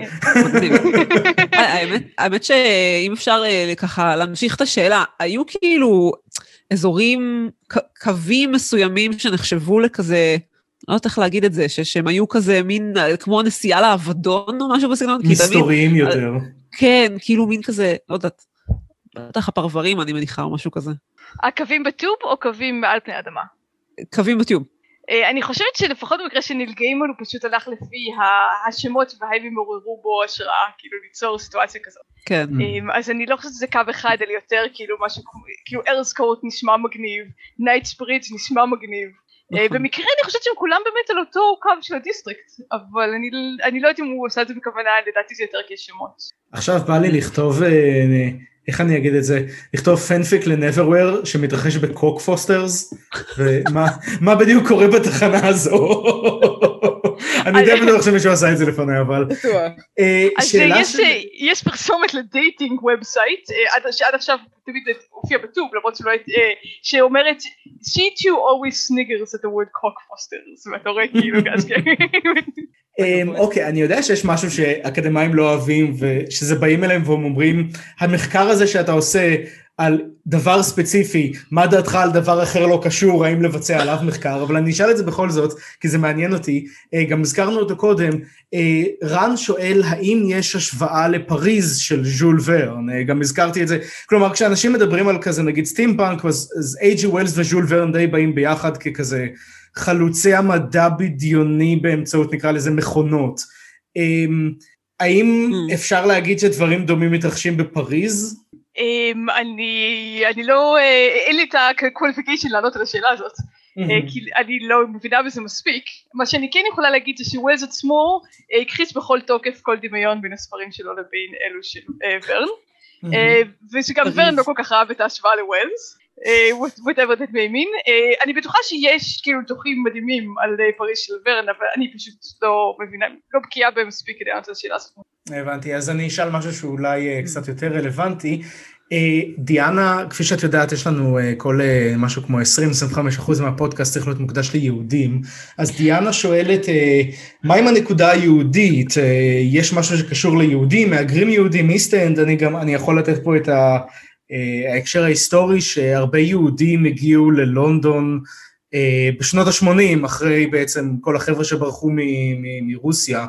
Speaker 3: האמת שאם אפשר ככה להמשיך את השאלה, היו כאילו אזורים, קווים מסוימים שנחשבו לכזה, לא יודעת איך להגיד את זה, שהם היו כזה מין, כמו נסיעה לעבדון או משהו בסגנון.
Speaker 1: מסתוריים יותר.
Speaker 3: כן, כאילו מין כזה, לא יודעת, בטח הפרברים אני מניחה או משהו כזה.
Speaker 2: הקווים בטוב או קווים מעל פני אדמה?
Speaker 3: קווים בטוב.
Speaker 2: אני חושבת שלפחות במקרה של ניל גיימן הוא פשוט הלך לפי השמות והאם הם עוררו בו השראה, כאילו ליצור סיטואציה כזאת.
Speaker 3: כן.
Speaker 2: אז אני לא חושבת שזה קו אחד, אלא יותר כאילו משהו, כאילו ארז קורט נשמע מגניב, נייט ספריט נשמע מגניב. במקרה אני חושבת שהם כולם באמת על אותו קו של הדיסטריקט, אבל אני לא יודעת אם הוא עושה את זה בכוונה, לדעתי זה יותר כשמות.
Speaker 1: עכשיו בא לי לכתוב, איך אני אגיד את זה, לכתוב פנפיק ל-Neverwhere שמתרחש בקוק פוסטרס, ומה בדיוק קורה בתחנה הזו. אני די בטוח שמישהו עשה את זה לפני, אבל...
Speaker 2: אז יש פרסומת לדייטינג ובסייט, שעד עכשיו תמיד הופיע בטוב, למרות שלא הייתי, שאומרת, she too always sniggers at the word cock fosters, ואתה רואה כאילו גז
Speaker 1: אוקיי, אני יודע שיש משהו שאקדמיים לא אוהבים, ושזה באים אליהם והם אומרים, המחקר הזה שאתה עושה על דבר ספציפי, מה דעתך על דבר אחר לא קשור, האם לבצע עליו מחקר, אבל אני אשאל את זה בכל זאת, כי זה מעניין אותי, גם הזכרנו אותו קודם, רן שואל האם יש השוואה לפריז של ז'ול ורן, גם הזכרתי את זה, כלומר כשאנשים מדברים על כזה נגיד סטימפאנק, אז איי ג'י ווילס וז'ול ורן די באים ביחד ככזה, חלוצי המדע בדיוני באמצעות נקרא לזה מכונות. האם אפשר להגיד שדברים דומים מתרחשים בפריז?
Speaker 2: אני, אני לא, אין לי את הקואליפיקיישן לענות על השאלה הזאת, כי אני לא מבינה בזה מספיק. מה שאני כן יכולה להגיד זה שווילס עצמו הכחיש בכל תוקף כל דמיון בין הספרים שלו לבין אלו של ורן, ושגם ורן לא כל כך רב את ההשוואה לווילס. whatever that may mean. אני בטוחה שיש כאילו תוכים מדהימים על פריז של ורן, אבל אני פשוט לא מבינה, לא בקיאה במספיק כדי לענות על השאלה הזאת.
Speaker 1: הבנתי, אז אני אשאל משהו שאולי קצת יותר רלוונטי. דיאנה, כפי שאת יודעת, יש לנו כל משהו כמו עשרים עד עשרים וחמישה אחוז מהפודקאסט צריך להיות מוקדש ליהודים, אז דיאנה שואלת, מה עם הנקודה היהודית? יש משהו שקשור ליהודים, מהגרים יהודים, איסט-אנד, אני גם, אני יכול לתת פה את ה... ההקשר ההיסטורי שהרבה יהודים הגיעו ללונדון בשנות ה-שמונים, אחרי בעצם כל החבר'ה שברחו מרוסיה,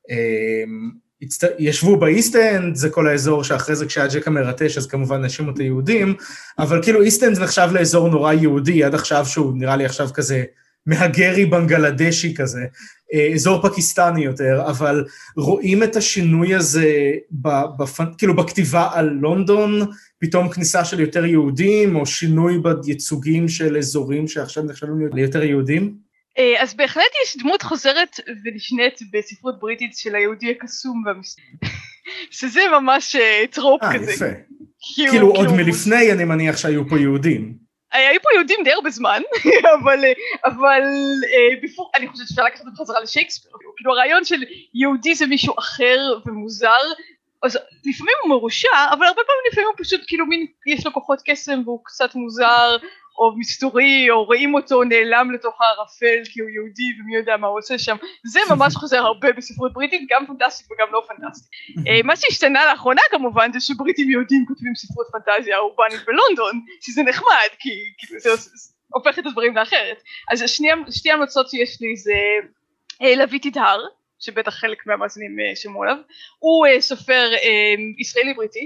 Speaker 1: ישבו באיסט-אנד, זה כל האזור שאחרי זה כשהיה ג'ק המרטש, אז כמובן נשימו את היהודים, אבל כאילו איסט-אנד נחשב לאזור נורא יהודי, עד עכשיו שהוא נראה לי עכשיו כזה מהגרי בנגלדשי כזה, אזור פקיסטני יותר, אבל רואים את השינוי הזה, בפ... כאילו בכתיבה על לונדון, פתאום כניסה של יותר יהודים, או שינוי בייצוגים של אזורים שעכשיו נחשבים ליותר יהודים?
Speaker 2: אז בהחלט יש דמות חוזרת ונשנית בספרות בריטית של היהודי הקסום והמסתכל, שזה ממש טרופ כזה.
Speaker 1: אה, יפה. כאילו עוד מלפני אני מניח שהיו פה יהודים.
Speaker 2: היו פה יהודים די הרבה זמן, אבל, אבל בפור, אני חושבת שאפשר לקחת את זה בחזרה לשייקספיר, כאילו הרעיון של יהודי זה מישהו אחר ומוזר, אז לפעמים הוא מרושע, אבל הרבה פעמים לפעמים הוא פשוט כאילו מין, יש לו כוחות קסם והוא קצת מוזר, או מסתורי, או רואים אותו נעלם לתוך הערפל כי הוא יהודי ומי יודע מה הוא עושה שם, זה ממש חוזר הרבה בספרות בריטית, גם פנטסטית וגם לא פנטסטית. מה שהשתנה לאחרונה כמובן זה שבריטים יהודים כותבים ספרות פנטזיה אורבנית בלונדון, שזה נחמד, כי זה הופך את הדברים לאחרת. אז שתי המלצות שיש לי זה לוי תדהר, שבטח חלק מהמאזינים שמעו עליו, הוא סופר ישראלי בריטי,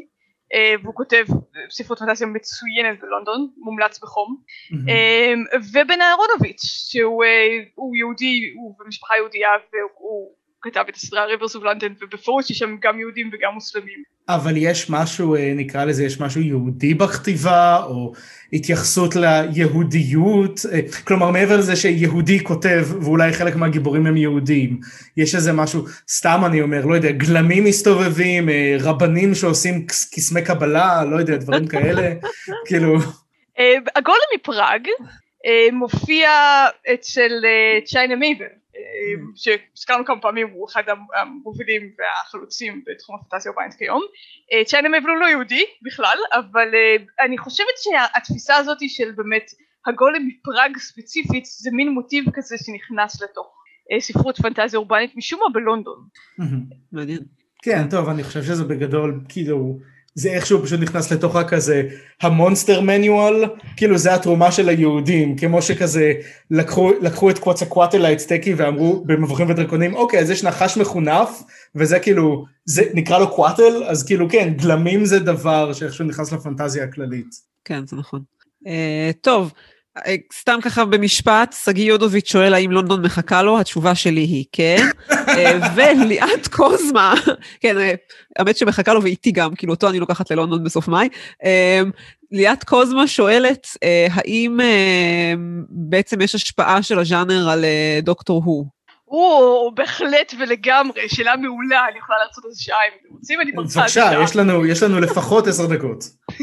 Speaker 2: והוא כותב ספרות פנטזיה מצוינת בלונדון, מומלץ בחום, ובן אהרונוביץ' שהוא יהודי, הוא במשפחה יהודייה, והוא כתב את הסדרה ריברס אוף לונדון, ובפירוש יש שם גם יהודים וגם מוסלמים.
Speaker 1: אבל יש משהו, נקרא לזה, יש משהו יהודי בכתיבה, או התייחסות ליהודיות, כלומר מעבר לזה שיהודי כותב, ואולי חלק מהגיבורים הם יהודים, יש איזה משהו, סתם אני אומר, לא יודע, גלמים מסתובבים, רבנים שעושים קסמי קבלה, לא יודע, דברים כאלה, כאילו...
Speaker 2: הגולם מפראג מופיע אצל צ'יינה מייבל, שהזכרנו כמה פעמים, הוא אחד המובילים והחלוצים בתחום הפנטזיה אורבנית כיום. צ'יינה מייבל הוא לא יהודי בכלל, אבל אני חושבת שהתפיסה הזאת של באמת הגולם מפראג ספציפית, זה מין מוטיב כזה שנכנס לתוך ספרות פנטזיה אורבנית, משום מה בלונדון.
Speaker 3: מעניין.
Speaker 1: כן, טוב, אני חושב שזה בגדול, כאילו, זה איכשהו פשוט נכנס לתוך כזה, המונסטר מניואל, כאילו זה התרומה של היהודים, כמו שכזה לקחו, לקחו את קוואצקוואטלה, את סטקי, ואמרו במבוכים ודרקונים, אוקיי, אז יש נחש מחונף, וזה כאילו, זה נקרא לו קוואטל, אז כאילו כן, גלמים זה דבר שאיכשהו נכנס לפנטזיה הכללית.
Speaker 3: כן, זה נכון. Uh, טוב, סתם ככה במשפט, סגי יודוביץ' שואל האם לונדון מחכה לו, התשובה שלי היא כן, וליאת קוזמה, כן, האמת שמחכה לו ואיתי גם, כאילו אותו אני לוקחת ללונדון בסוף מאי, ליאת קוזמה שואלת, האם בעצם יש השפעה של הז'אנר על דוקטור הו?
Speaker 2: או, בהחלט ולגמרי, שאלה מעולה, אני יכולה לעשות איזה שעה אם אתם רוצים, אני מרצה את שעה.
Speaker 1: בבקשה, יש לנו לפחות עשר דקות.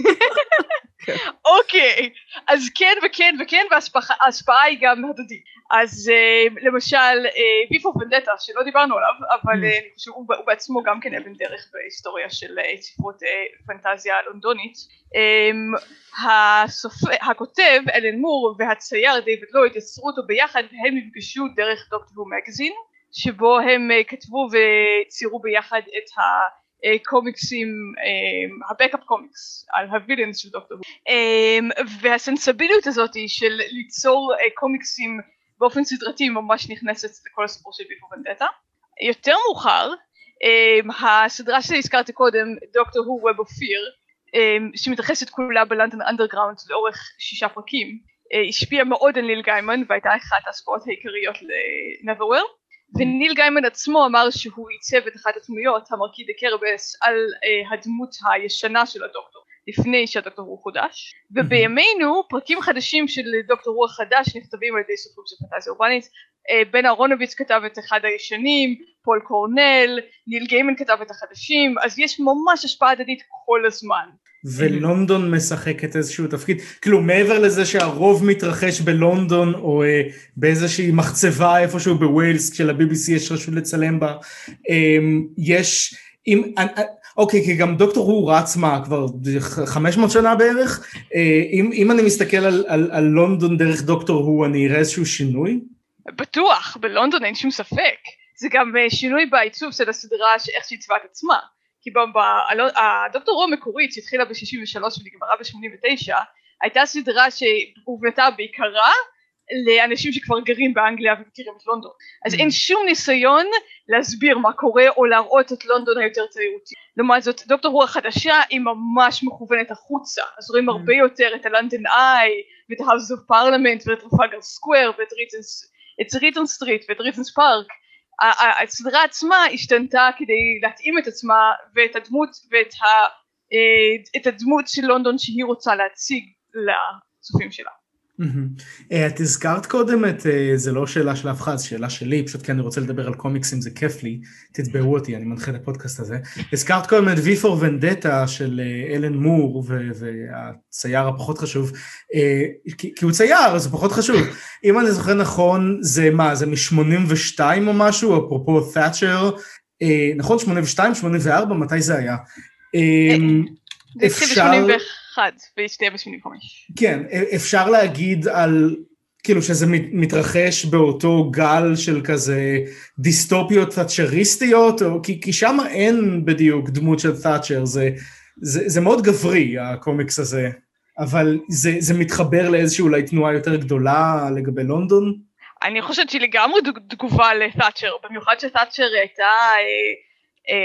Speaker 2: אוקיי, אז כן וכן וכן, וההשפעה היא גם הדדית. אז למשל, ויפו ונדטה, שלא דיברנו עליו, אבל אני חושב, הוא בעצמו גם כן אבן דרך בהיסטוריה של ספרות פנטזיה לונדונית. הכותב, אלן מור, והצייר דיוויד לויד, יצרו אותו ביחד, והם נפגשו דרך דוקטור הו מגזין, שבו הם כתבו וציירו ביחד את ה... קומיקסים, הבקאפ קומיקס, על הווילאנס של דוקטור הו. והסנסביליות הזאת של ליצור קומיקסים באופן סדרתי ממש נכנסת לכל הסיפור של ויפו ונדטה. יותר מאוחר, הסדרה שהזכרתי קודם, דוקטור הו ווב אוף פיר, שמתרחשת כולה בלונדון אנדרגראונד לאורך שישה פרקים, השפיעה מאוד על ניל גיימן והייתה אחת ההשפעות העיקריות לנברוויר. וניל גיימן עצמו אמר שהוא ייצב את אחת הדמויות, המרקיד דקרבס, על uh, הדמות הישנה של הדוקטור, לפני שהדוקטור הוא חודש. ובימינו, פרקים חדשים של דוקטור הוא החדש נכתבים על ידי סופרים של פנטזיה אורבנית. uh, בן אהרונוביץ כתב את אחד הישנים, פול קורנל, ניל גיימן כתב את החדשים, אז יש ממש השפעה הדדית כל הזמן.
Speaker 1: ולונדון משחקת איזשהו תפקיד, כאילו מעבר לזה שהרוב מתרחש בלונדון, או אה, באיזושהי מחצבה איפשהו בווילס, כשלבי בי סי יש רשות לצלם בה, אה, יש, אם, אה, אוקיי, כי גם דוקטור הו רץ מה, כבר חמש מאות שנה בערך, אה, אם, אם אני מסתכל על, על, על לונדון דרך דוקטור הו, אני אראה איזשהו שינוי?
Speaker 2: בטוח, בלונדון אין שום ספק, זה גם שינוי בעיצוב של הסדרה, איך שעיצבה את עצמה. כי הדוקטור הו המקורית שהתחילה ב-שישים ושלוש ונגמרה ב-שמונים ותשע, הייתה סדרה שהובנתה בעיקרה לאנשים שכבר גרים באנגליה ומכירים את לונדון. אז אין שום ניסיון להסביר מה קורה או להראות את לונדון היותר תיירותי. לעומת זאת, דוקטור הו החדשה היא ממש מכוונת החוצה, אז רואים הרבה יותר את הלונדון איי ואת ה-House of Parliament ואת טרפלגר סקוואר ואת ריטון סטריט ואת ריטונס פארק. הסדרה עצמה השתנתה כדי להתאים את עצמה ואת הדמות ואת ה, את הדמות של לונדון שהיא רוצה להציג לצופים שלה.
Speaker 1: את הזכרת קודם את, זה לא שאלה של אף אחד, זה שאלה שלי, פשוט כי אני רוצה לדבר על קומיקסים, זה כיף לי, תתבעו אותי, אני מנחה את הפודקאסט הזה. הזכרת קודם את ויפו ונדטה של אלן מור, והצייר הפחות חשוב, כי הוא צייר, אז הוא פחות חשוב. אם אני זוכר נכון, זה מה, זה מ-שמונים ושתיים או משהו, אפרופו ת'אצ'ר, נכון, שמונים ושתיים, שמונים וארבע, מתי זה היה?
Speaker 2: זה התחיל ב-שמונים ואחת, והשתהיה ב-שמונים וחמש.
Speaker 1: כן, אפשר להגיד על, כאילו שזה מתרחש באותו גל של כזה דיסטופיות ת'אצ'ריסטיות, כי, כי שם אין בדיוק דמות של ת'אצ'ר, זה, זה, זה מאוד גברי הקומיקס הזה, אבל זה, זה מתחבר לאיזושהי אולי תנועה יותר גדולה לגבי לונדון?
Speaker 2: אני חושבת שהיא לגמרי תגובה לת'אצ'ר, במיוחד שת'אצ'ר הייתה... אה, אה,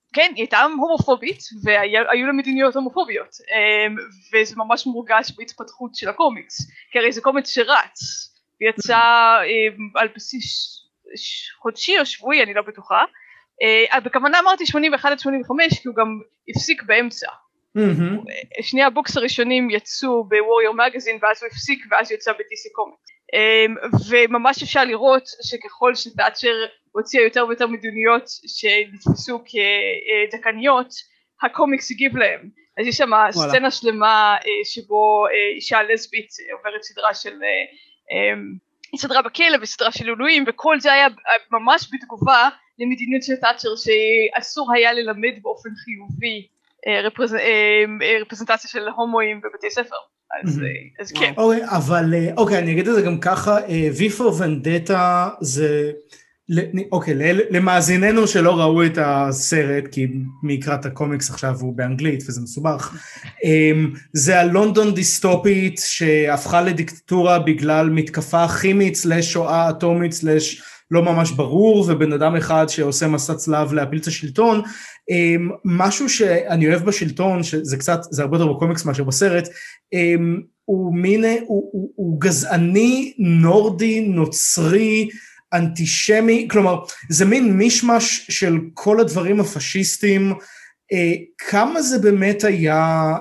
Speaker 2: כן, היא הייתה הומופובית, והיו לה מדיניות הומופוביות, וזה ממש מורגש בהתפתחות של הקומיקס, כי הרי זה קומיקס שרץ, ויצא על בסיס חודשי או שבועי, אני לא בטוחה, בכוונה אמרתי שמונים ואחת עד שמונים וחמש, כי הוא גם הפסיק באמצע. שני הבוקס הראשונים יצאו בווריור מגזין, ואז הוא הפסיק, ואז יצא ב-די סי קומיקס. וממש אפשר לראות שככל שתאצ'ר הוציאה יותר ויותר מדיניות שנתפסו כדקניות, הקומיקס הגיב להם. אז יש שם סצנה שלמה שבו אישה לסבית עוברת סדרה של, סדרה בכלא וסדרה של אלוהים, וכל זה היה ממש בתגובה למדיניות של תאצ'ר שאסור היה ללמד באופן חיובי רפרזנטציה של הומואים בבתי ספר. אז, אז כן.
Speaker 1: אוקיי, אבל, אוקיי, אני אגיד את זה גם ככה, וי פור ונדטה זה, אוקיי, למאזיננו שלא ראו את הסרט, כי מקרא את הקומיקס עכשיו הוא באנגלית וזה מסובך, זה הלונדון דיסטופית שהפכה לדיקטטורה בגלל מתקפה כימית סלש שואה אטומית סלש לא ממש ברור, ובן אדם אחד שעושה מסע צלב להפיל את השלטון, משהו שאני אוהב בשלטון, שזה קצת, זה הרבה יותר בקומיקס מאשר בסרט, הוא מין, הוא, הוא, הוא גזעני, נורדי, נוצרי, אנטישמי, כלומר, זה מין מישמש של כל הדברים הפשיסטיים, כמה זה באמת היה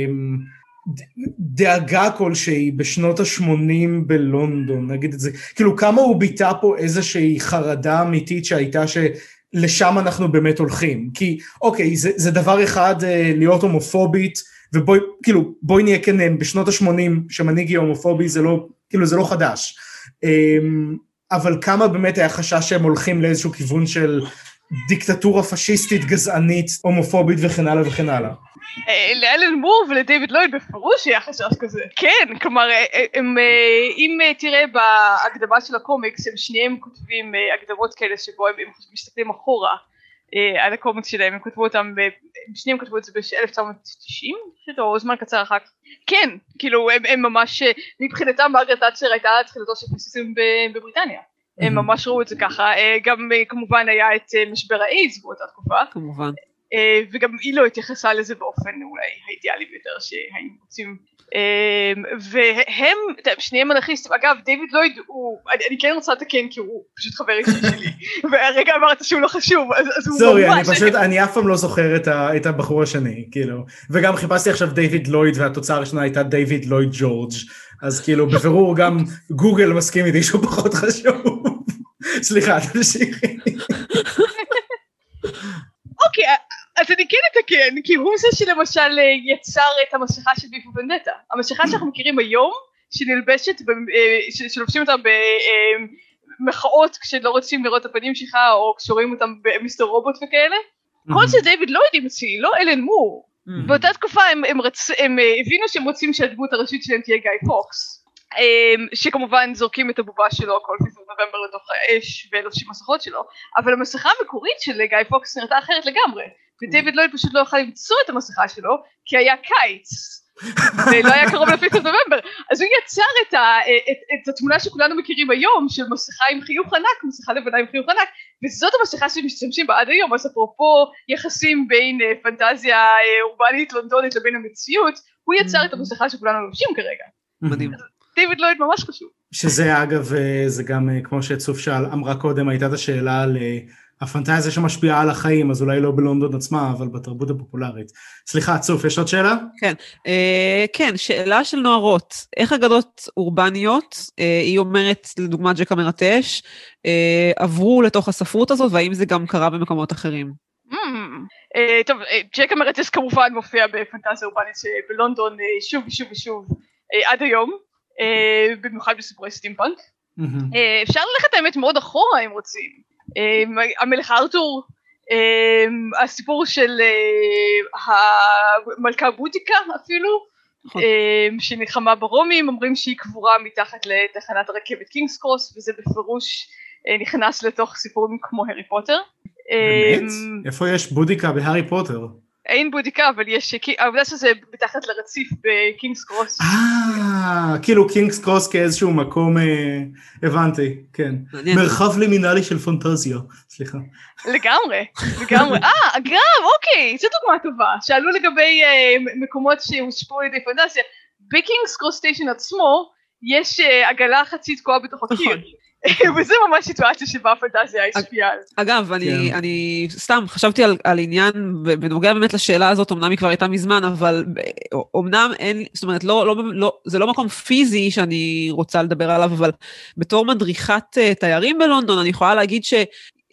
Speaker 1: דאגה כלשהי בשנות ה-שמונים בלונדון, נגיד את זה, כאילו כמה הוא ביטא פה איזושהי חרדה אמיתית שהייתה שלשם אנחנו באמת הולכים, כי אוקיי, זה, זה דבר אחד להיות הומופובית, ובואי, כאילו, בואי נהיה כן, בשנות ה-שמונים שמנהיג יהיה הומופובי, זה לא, כאילו זה לא חדש, אבל כמה באמת היה חשש שהם הולכים לאיזשהו כיוון של דיקטטורה פשיסטית, גזענית, הומופובית וכן הלאה וכן הלאה.
Speaker 2: לאלן מור ולדיוויד לויד בפירוש היה חשש כזה. כן, כלומר, אם תראה בהקדמה של הקומיקס, הם שניהם כותבים הקדמות כאלה שבו הם מסתכלים אחורה על הקומיקס שלהם, הם כתבו אותם, שניהם כתבו את זה ב-אלף תשע מאות תשעים, או זמן קצר אחר כך. כן, כאילו, הם ממש, מבחינתם מרגרט תאצ'ר הייתה תחילתו של פשיזם בבריטניה. הם ממש ראו את זה ככה, גם כמובן היה את משבר האיידס באותה תקופה.
Speaker 3: כמובן.
Speaker 2: וגם היא לא התייחסה לזה באופן אולי האידיאלי ביותר שהיינו רוצים, והם, שניהם אנרכיסטים, אגב דיוויד לויד הוא, אני כן רוצה לתקן כי הוא פשוט חבר אישי שלי, והרגע אמרת שהוא לא חשוב, אז הוא ממש...
Speaker 1: סורי, אני פשוט, אני אף פעם לא זוכר את הבחור השני, כאילו, וגם חיפשתי עכשיו דיוויד לויד, והתוצאה הראשונה הייתה דיוויד לויד ג'ורג', אז כאילו בבירור גם גוגל מסכים איתי שהוא פחות חשוב, סליחה, תמשיכי.
Speaker 2: אוקיי, אז אני כן אתקן, כי הוא זה שלמשל יצר את המסכה של וי פור ונדטה. המסכה שאנחנו מכירים היום, שנלבשת, שלובשים אותה במחאות כשלא רוצים לראות את הפנים שלך, או כשרואים אותם במיסטר רובוט וכאלה, כל זה דיוויד לויד המציא, לא אלן מור. באותה תקופה הם הבינו שהם רוצים שהדמות הראשית שלהם תהיה גיא פוקס. שכמובן זורקים את הבובה שלו כל פיזור נובמבר לתוך האש ולובשים מסכות שלו, אבל המסכה המקורית של גיא פוקס נראתה אחרת לגמרי, ודיוויד לויד פשוט לא יכול למצוא את המסכה שלו כי היה קיץ ולא היה קרוב לפיזור נובמבר, אז הוא יצר את, ה, את, את התמונה שכולנו מכירים היום של מסכה עם חיוך ענק, מסכה לבנה עם חיוך ענק, וזאת המסכה שמשתמשים בה עד היום. אז אפרופו יחסים בין פנטזיה אורבנית לונדונית לבין המציאות, הוא יצר את המסכה שכולנו לובשים כרגע.
Speaker 3: מדהים.
Speaker 2: דיוויד לויד ממש חשוב.
Speaker 1: שזה אגב, זה גם כמו שצוף שאל, אמרה קודם, הייתה את השאלה על הפנטזיה שמשפיעה על החיים, אז אולי לא בלונדון עצמה, אבל בתרבות הפופולרית. סליחה, צוף, יש עוד שאלה?
Speaker 3: כן, כן, שאלה של נוערות. איך אגדות אורבניות, היא אומרת, לדוגמה ג'ק המרטש, עברו לתוך הספרות הזאת, והאם זה גם קרה במקומות אחרים?
Speaker 2: טוב, ג'ק המרטש כמובן מופיע בפנטזיה אורבנית בלונדון שוב ושוב ושוב עד היום. במיוחד בסיפורי סטימפאנק. אפשר ללכת האמת מאוד אחורה אם רוצים. המלך ארתור, הסיפור של המלכה בודיקה אפילו, שנלחמה ברומים, אומרים שהיא קבורה מתחת לתחנת הרכבת קינגס קרוס, וזה בפירוש נכנס לתוך סיפורים כמו הארי פוטר.
Speaker 1: באמת? איפה יש בודיקה בהארי פוטר?
Speaker 2: אין בודיקה, אבל יש, העובדה שזה מתחת לרציף בקינגס קרוס.
Speaker 1: אה, כאילו קינגס קרוס כאיזשהו מקום, הבנתי, כן. מרחב לימינלי של פנטזיה, סליחה.
Speaker 2: לגמרי, לגמרי. אה, אגב, אוקיי, זו דוגמה טובה. שאלו לגבי מקומות שהושפעו על ידי פנטזיה. בקינגס קרוס סטיישן עצמו, יש עגלה חצי תקועה בתוך הקיר. וזה ממש סיטואציה שבה פנטזיה השפיעה.
Speaker 3: אגב, אני, אני סתם חשבתי על, על עניין, בנוגע באמת לשאלה הזאת, אמנם היא כבר הייתה מזמן, אבל אמנם אין, זאת אומרת, לא, לא, לא, זה לא מקום פיזי שאני רוצה לדבר עליו, אבל בתור מדריכת תיירים בלונדון, אני יכולה להגיד ש...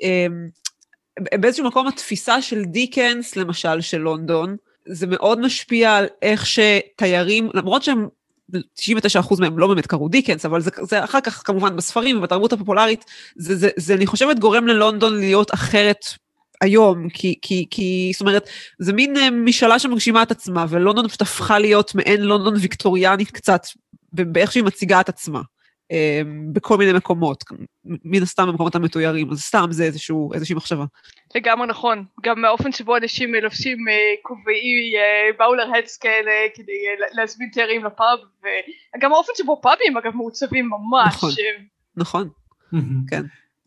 Speaker 3: באיזשהו מקום התפיסה של דיקנס, למשל, של לונדון, זה מאוד משפיע על איך שתיירים, למרות שהם תשעים ותשעה אחוז מהם לא באמת קראו דיקנס, אבל זה, זה אחר כך כמובן בספרים ובתרבות הפופולרית, זה, זה, זה אני חושבת גורם ללונדון להיות אחרת היום, כי, כי, כי, זאת אומרת, זה מין משאלה שמגשימה את עצמה, ולונדון פשוט הפכה להיות מעין לונדון ויקטוריאנית קצת, באיך שהיא מציגה את עצמה, בכל מיני מקומות, מן הסתם במקומות המתוירים, אז סתם זה איזשהו, איזושהי מחשבה.
Speaker 2: לגמרי נכון, גם מהאופן שבו אנשים לובשים כובעי באולר הדס כאלה, כדי להזמין תיירים לפאב, וגם האופן שבו פאבים אגב מעוצבים ממש.
Speaker 3: נכון, נכון, כן.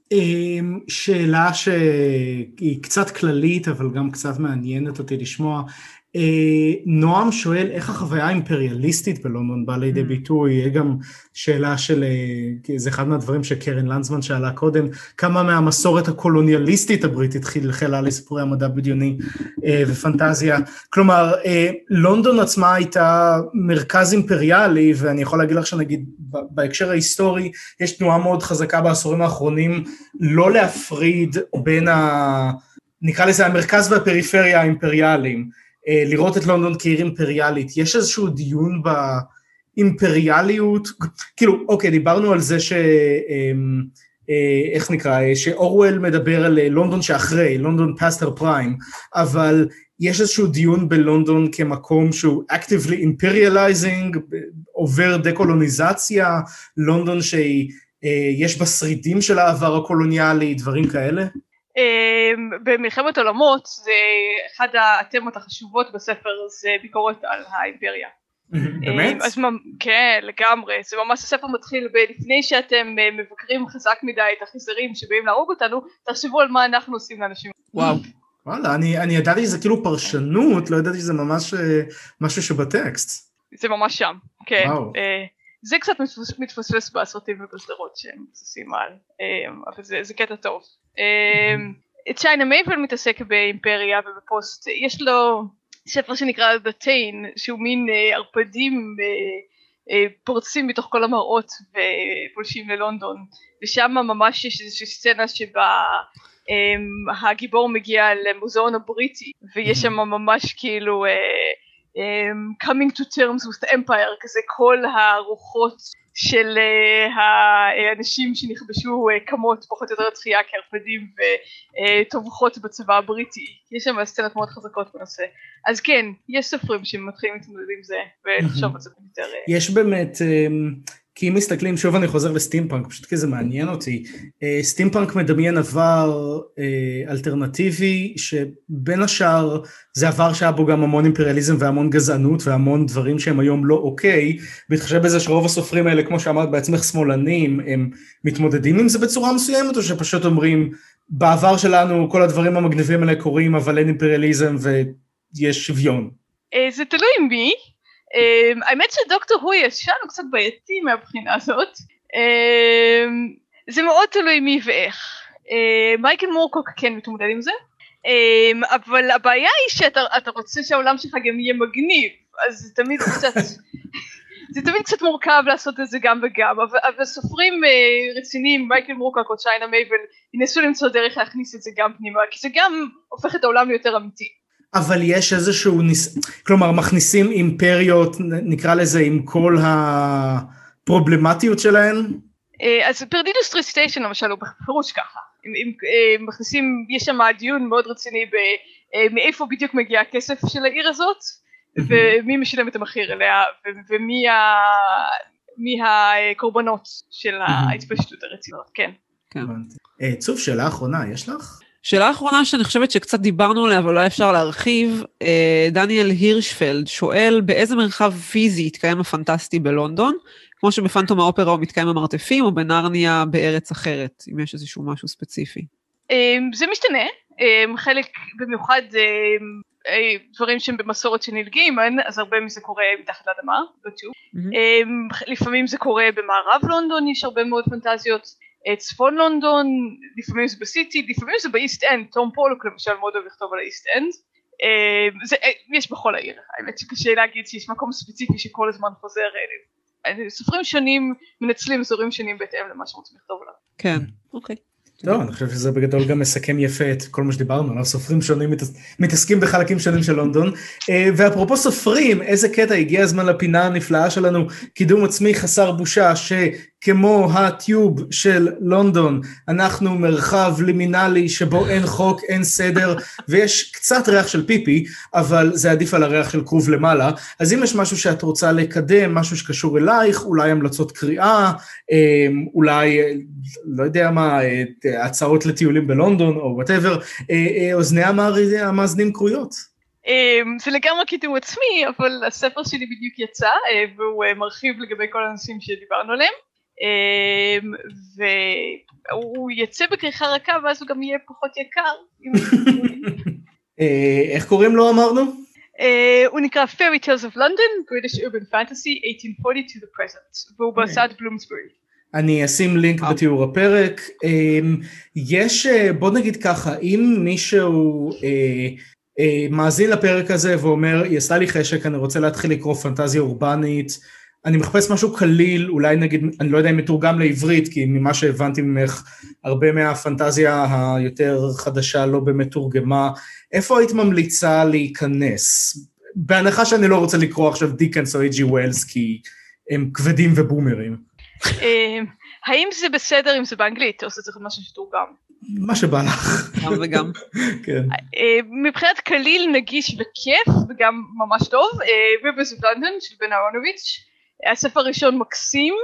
Speaker 1: שאלה שהיא קצת כללית, אבל גם קצת מעניינת אותי לשמוע, נועם שואל איך החוויה האימפריאליסטית בלונדון באה לידי ביטוי, גם שאלה של, זה אחד מהדברים שקרן לנדסמן שאלה קודם, כמה מהמסורת הקולוניאליסטית הבריטית חלחלה לסיפורי המדע בדיוני ופנטזיה, כלומר לונדון עצמה הייתה מרכז אימפריאלי, ואני יכול להגיד לך שנגיד בהקשר ההיסטורי, יש תנועה מאוד חזקה בעשורים האחרונים, לא להפריד בין ה... נקרא לזה המרכז והפריפריה האימפריאליים, לראות את לונדון כעיר אימפריאלית, יש איזשהו דיון באימפריאליות, כאילו, אוקיי, דיברנו על זה ש... איך נקרא, שאורוול מדבר על לונדון שאחרי, לונדון past her prime, אבל יש איזשהו דיון בלונדון כמקום שהוא actively imperializing, עובר דקולוניזציה, לונדון שיש בה שרידים של העבר הקולוניאלי, דברים כאלה?
Speaker 2: במלחמת עולמות, זה אחד התמות החשובות בספר, זה ביקורת על האימפריה.
Speaker 1: באמת?
Speaker 2: אז כן, לגמרי, זה ממש הספר מתחיל לפני שאתם מבקרים חזק מדי את החיזרים שבאים להרוג אותנו, תחשבו על מה אנחנו עושים לאנשים.
Speaker 1: וואו, וואלה, אני, אני ידעתי שזה כאילו פרשנות, לא ידעתי שזה ממש משהו שבטקסט. זה
Speaker 2: ממש שם, כן. זה קצת מתפספס בסרטים ובסדרות שהם מבוססים על, אבל זה, זה קטע טוב. צ'יינה מייבל מתעסק באימפריה ובפוסט, יש לו ספר שנקרא The Tain, שהוא מין ערפדים פורצים מתוך כל המראות ופולשים ללונדון, ושם ממש יש איזושהי סצנה שבה הגיבור מגיע למוזיאון הבריטי, ויש שם ממש כאילו Um, coming to terms with the empire, כזה כל הרוחות של uh, האנשים שנכבשו uh, קמות פחות או יותר תחייה כערפדים וטובחות uh, בצבא הבריטי, יש שם סצנות מאוד חזקות בנושא, אז כן, יש סופרים שמתחילים להתמודד עם זה ולחשוב על זה יותר.
Speaker 1: יש באמת, כי אם מסתכלים, שוב אני חוזר לסטימפאנק, פשוט כי זה מעניין אותי, סטימפאנק מדמיין עבר אלטרנטיבי, שבין השאר זה עבר שהיה בו גם המון אימפריאליזם והמון גזענות והמון דברים שהם היום לא אוקיי, בהתחשב בזה שרוב הסופרים האלה, כמו שאמרת בעצמך שמאלנים, הם מתמודדים עם זה בצורה מסוימת, או שפשוט אומרים, בעבר שלנו כל הדברים המגניבים האלה קורים, אבל אין אימפריאליזם ויש שוויון.
Speaker 2: זה תלוי מי. Um, האמת שדוקטור הו ישן הוא קצת בעייתי מהבחינה הזאת, um, זה מאוד תלוי מי ואיך. uh, מייקל מורקוק כן מתמודד עם זה, um, אבל הבעיה היא שאתה רוצה שהעולם שלך גם יהיה מגניב, אז זה תמיד קצת, זה תמיד קצת מורכב לעשות את זה גם וגם, אבל, אבל סופרים uh, רציניים, מייקל מורקוק או צ'יינה מייבל, ינסו למצוא דרך להכניס את זה גם פנימה, כי זה גם הופך את העולם ליותר אמיתי.
Speaker 1: אבל יש איזשהו, כלומר, מכניסים אימפריות, נקרא לזה, עם כל הפרובלמטיות שלהן?
Speaker 2: אז פרדידוס טריסטיישן, למשל, הוא בפירוש ככה. הם מכניסים, יש שם דיון מאוד רציני מאיפה בדיוק מגיע הכסף של העיר הזאת, ומי משלם את המחיר אליה, ומי הקורבנות של ההתפשטות הרצינית, כן.
Speaker 1: צוף, שאלה אחרונה, יש לך?
Speaker 3: שאלה אחרונה שאני חושבת שקצת דיברנו עליה, אבל לא אפשר להרחיב, דניאל הירשפלד שואל באיזה מרחב פיזי התקיים הפנטסטי בלונדון, כמו שבפנטום האופרה הוא מתקיים במרתפים, או בנרניה בארץ אחרת, אם יש איזשהו משהו ספציפי.
Speaker 2: זה משתנה, חלק במיוחד דברים שהם במסורת שנלגים, אז הרבה מזה קורה מתחת לאדמה, בטוב. לפעמים זה קורה במערב לונדון, יש הרבה מאוד פנטזיות, צפון לונדון, לפעמים זה בסיטי, לפעמים זה באיסט אנד, תום פולוק למשל מאוד אוהב לכתוב על האיסט אנד, יש בכל העיר, האמת שקשה להגיד שיש מקום ספציפי שכל הזמן חוזר, סופרים שונים מנצלים אזורים שונים בהתאם למה שרוצים לכתוב עליו.
Speaker 3: כן, אוקיי.
Speaker 1: טוב, אני חושב שזה בגדול גם מסכם יפה את כל מה שדיברנו עליו, סופרים שונים מתעסקים בחלקים שונים של לונדון, ואפרופו סופרים, איזה קטע, הגיע הזמן לפינה הנפלאה שלנו, קידום עצמי חסר בושה, שכמו הטיוב של לונדון, אנחנו מרחב לימינלי שבו אין חוק, אין סדר, ויש קצת ריח של פיפי, אבל זה עדיף על הריח של כרוב למעלה, אז אם יש משהו שאת רוצה לקדם, משהו שקשור אלייך, אולי המלצות קריאה, אולי, לא יודע מה, הצעות לטיולים בלונדון, או whatever, אוזני המאזנים קרויות.
Speaker 2: זה לגמרי קידום עצמי, אבל הספר שלי בדיוק יצא, והוא מרחיב לגבי כל הנושאים שדיברנו עליהם, והוא יצא בכריכה רכה, ואז הוא גם יהיה פחות יקר.
Speaker 1: איך קוראים לו אמרנו?
Speaker 2: הוא נקרא Fairy Tales of London, British Urban Fantasy, eighteen forty to the present, והוא בהוצאת בלומסברי.
Speaker 1: אני אשים לינק בתיאור הפרק. יש, בוא נגיד ככה, אם מישהו מאזין לפרק הזה ואומר, יעשה לי חשק, אני רוצה להתחיל לקרוא פנטזיה אורבנית, אני מחפש משהו קליל, אולי נגיד, אני לא יודע אם מתורגם לעברית, כי ממה שהבנתי ממך, הרבה מהפנטזיה היותר חדשה לא באמת תורגמה, איפה היית ממליצה להיכנס? בהנחה שאני לא רוצה לקרוא עכשיו דיקנס או אי ג'י ווילס, כי הם כבדים ובומרים.
Speaker 2: האם זה בסדר אם זה באנגלית, או זה צריך משהו שתורגם?
Speaker 1: מה שבא לך.
Speaker 3: גם וגם.
Speaker 1: כן.
Speaker 2: מבחינת קליל, נגיש וכיף, וגם ממש טוב, Rivers of London של בן אהרונוביץ', הספר הראשון מקסים,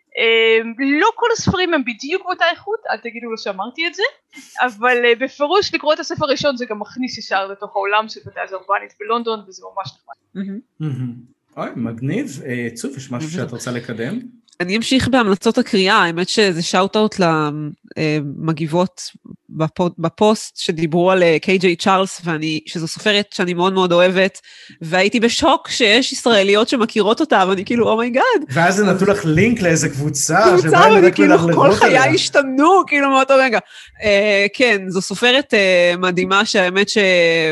Speaker 2: לא כל הספרים הם בדיוק באותה איכות, אל תגידו לו שאמרתי את זה, אבל בפירוש לקרוא את הספר הראשון זה גם מכניס ישר לתוך העולם של פנטזיה אורבנית בלונדון, וזה ממש נחמד.
Speaker 1: אוי, מגניב. צוף, יש משהו שאת רוצה לקדם?
Speaker 3: אני אמשיך בהמלצות הקריאה, האמת שזה שאוט-אוט למגיבות בפוסט שדיברו על קיי ג'יי צ'ארלס, שזו סופרת שאני מאוד מאוד אוהבת, והייתי בשוק שיש ישראליות שמכירות אותה, ואני כאילו, אומייגאד.
Speaker 1: ואז זה נתנו לך לינק לאיזה קבוצה,
Speaker 3: קבוצה, ואני כאילו, כל חיי השתנו, כאילו מאותו רגע. כן, זו סופרת מדהימה, שהאמת ש...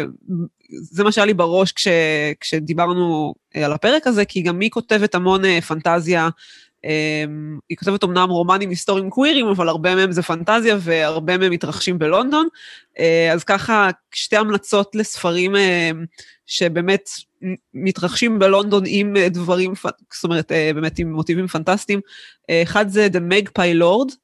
Speaker 3: זה מה שהיה לי בראש כש, כשדיברנו על הפרק הזה, כי גם היא כותבת המון פנטזיה, היא כותבת אמנם רומנים היסטוריים קווירים, אבל הרבה מהם זה פנטזיה, והרבה מהם מתרחשים בלונדון, אז ככה שתי המלצות לספרים שבאמת מתרחשים בלונדון עם דברים, זאת אומרת, באמת עם מוטיבים פנטסטיים, אחד זה The Magpie Lord,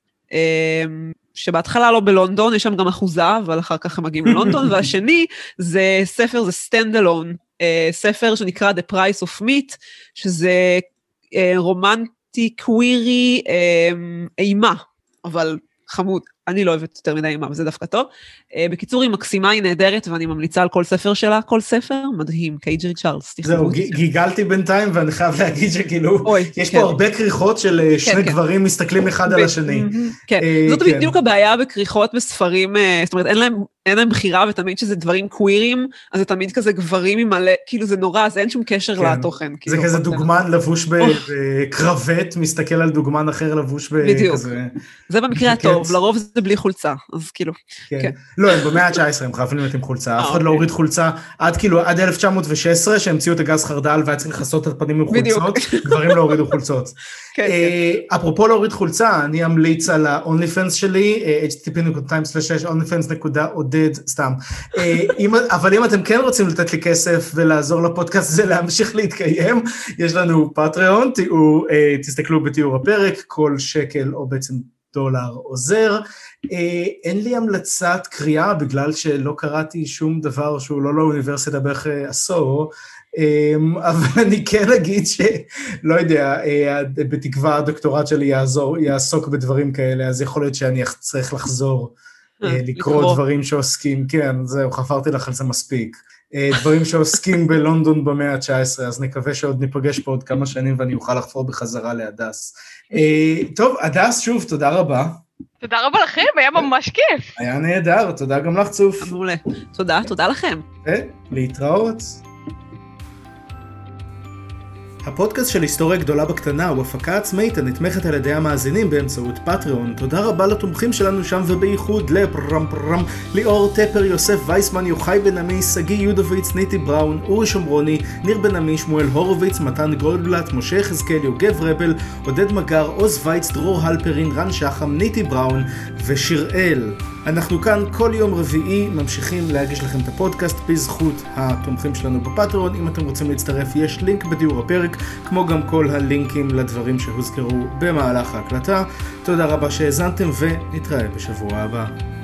Speaker 3: שבהתחלה לא בלונדון, יש שם גם אחוזה, אבל אחר כך הם מגיעים ללונדון, והשני זה ספר, זה Standalone, ספר שנקרא The Price of Meat, שזה רומנטי, קווירי, אימה, אבל חמוד, אני לא אוהבת יותר מדי אימה, וזה דווקא טוב. בקיצור, היא מקסימה, היא נהדרת, ואני ממליצה על כל ספר שלה, כל ספר, מדהים, קיי ג'יי צ'ארלס.
Speaker 1: זהו, גיגלתי בינתיים, ואני חייב להגיד שכאילו, יש פה הרבה כריכות של שני גברים מסתכלים אחד על השני.
Speaker 3: כן, זאת בדיוק הבעיה בכריכות בספרים, זאת אומרת, אין להם, אין להם בחירה, ותמיד שזה דברים קווירים, אז זה תמיד כזה גברים עם מלא, כאילו זה נורא, אז אין שום קשר לתוכן.
Speaker 1: זה כזה דוגמן לבוש בקרבט, מסתכל על דוגמן אחר לבוש בכזה.
Speaker 3: בדיוק, זה במקרה הטוב, לרוב זה בלי חולצה, אז כאילו.
Speaker 1: לא, הם במאה ה-תשע עשרה, הם חייבים להיות עם חולצה, אף אחד לא הוריד חולצה, עד כאילו, עד אלף תשע מאות ושש עשרה, שהמציאו את הגז חרדל, והיה צריך לחסות את הפנים עם חולצות, גברים לא הורידו חולצות. אפרופו להוריד חולצה, אני אמליץ על ה-OnlyFans שלי, אייץ' טי טי פי דוט קום סלש onlyfans דוט עודד, סתם. אבל אם אתם כן רוצים לתת לי כסף ולעזור לפודקאסט הזה להמשיך להתקיים, יש לנו פטריון, תסתכלו בתיאור הפרק, כל שקל או בעצם דולר עוזר. אין לי המלצת קריאה, בגלל שלא קראתי שום דבר שהוא לא לאוניברסיטה בערך עשור, אבל אני כן אגיד שלא יודע, בתקווה הדוקטורט שלי יעזור, יעסוק בדברים כאלה, אז יכול להיות שאני צריך לחזור לקרוא דברים שעוסקים, כן, זהו, חפרתי לך על זה מספיק. דברים שעוסקים בלונדון במאה ה-תשע עשרה, אז נקווה שעוד ניפגש פה עוד כמה שנים ואני אוכל לחפור בחזרה להדס. טוב, הדס, שוב, תודה רבה.
Speaker 2: תודה רבה לכם, היה ממש כיף.
Speaker 1: היה נהדר, תודה גם לך צוף.
Speaker 3: מעולה, תודה, תודה לכם.
Speaker 1: ולהתראות. הפודקאסט של היסטוריה גדולה בקטנה הוא הפקה עצמאית הנתמכת על ידי המאזינים באמצעות פטריון. תודה רבה לתומכים שלנו שם ובייחוד לפרם פרם, ליאור טפר, יוסף וייסמן, יוחאי בן עמי, סגי יודוביץ, ניטי בראון, אורי שומרוני, ניר בן עמי, שמואל הורוביץ, מתן גולדבלט, משה יחזקאל, יוגב רבל, עודד מגר, עוז וייץ, דרור הלפרין, רן שחם, ניטי בראון ושיראל. אנחנו כאן כל יום רביעי ממשיכים להגיש לכם את הפודקאסט בזכות התומכים שלנו בפטריון. אם אתם רוצים להצטרף יש לינק בתיאור הפרק, כמו גם כל הלינקים לדברים שהוזכרו במהלך ההקלטה. תודה רבה שהאזנתם ונתראה בשבוע הבא.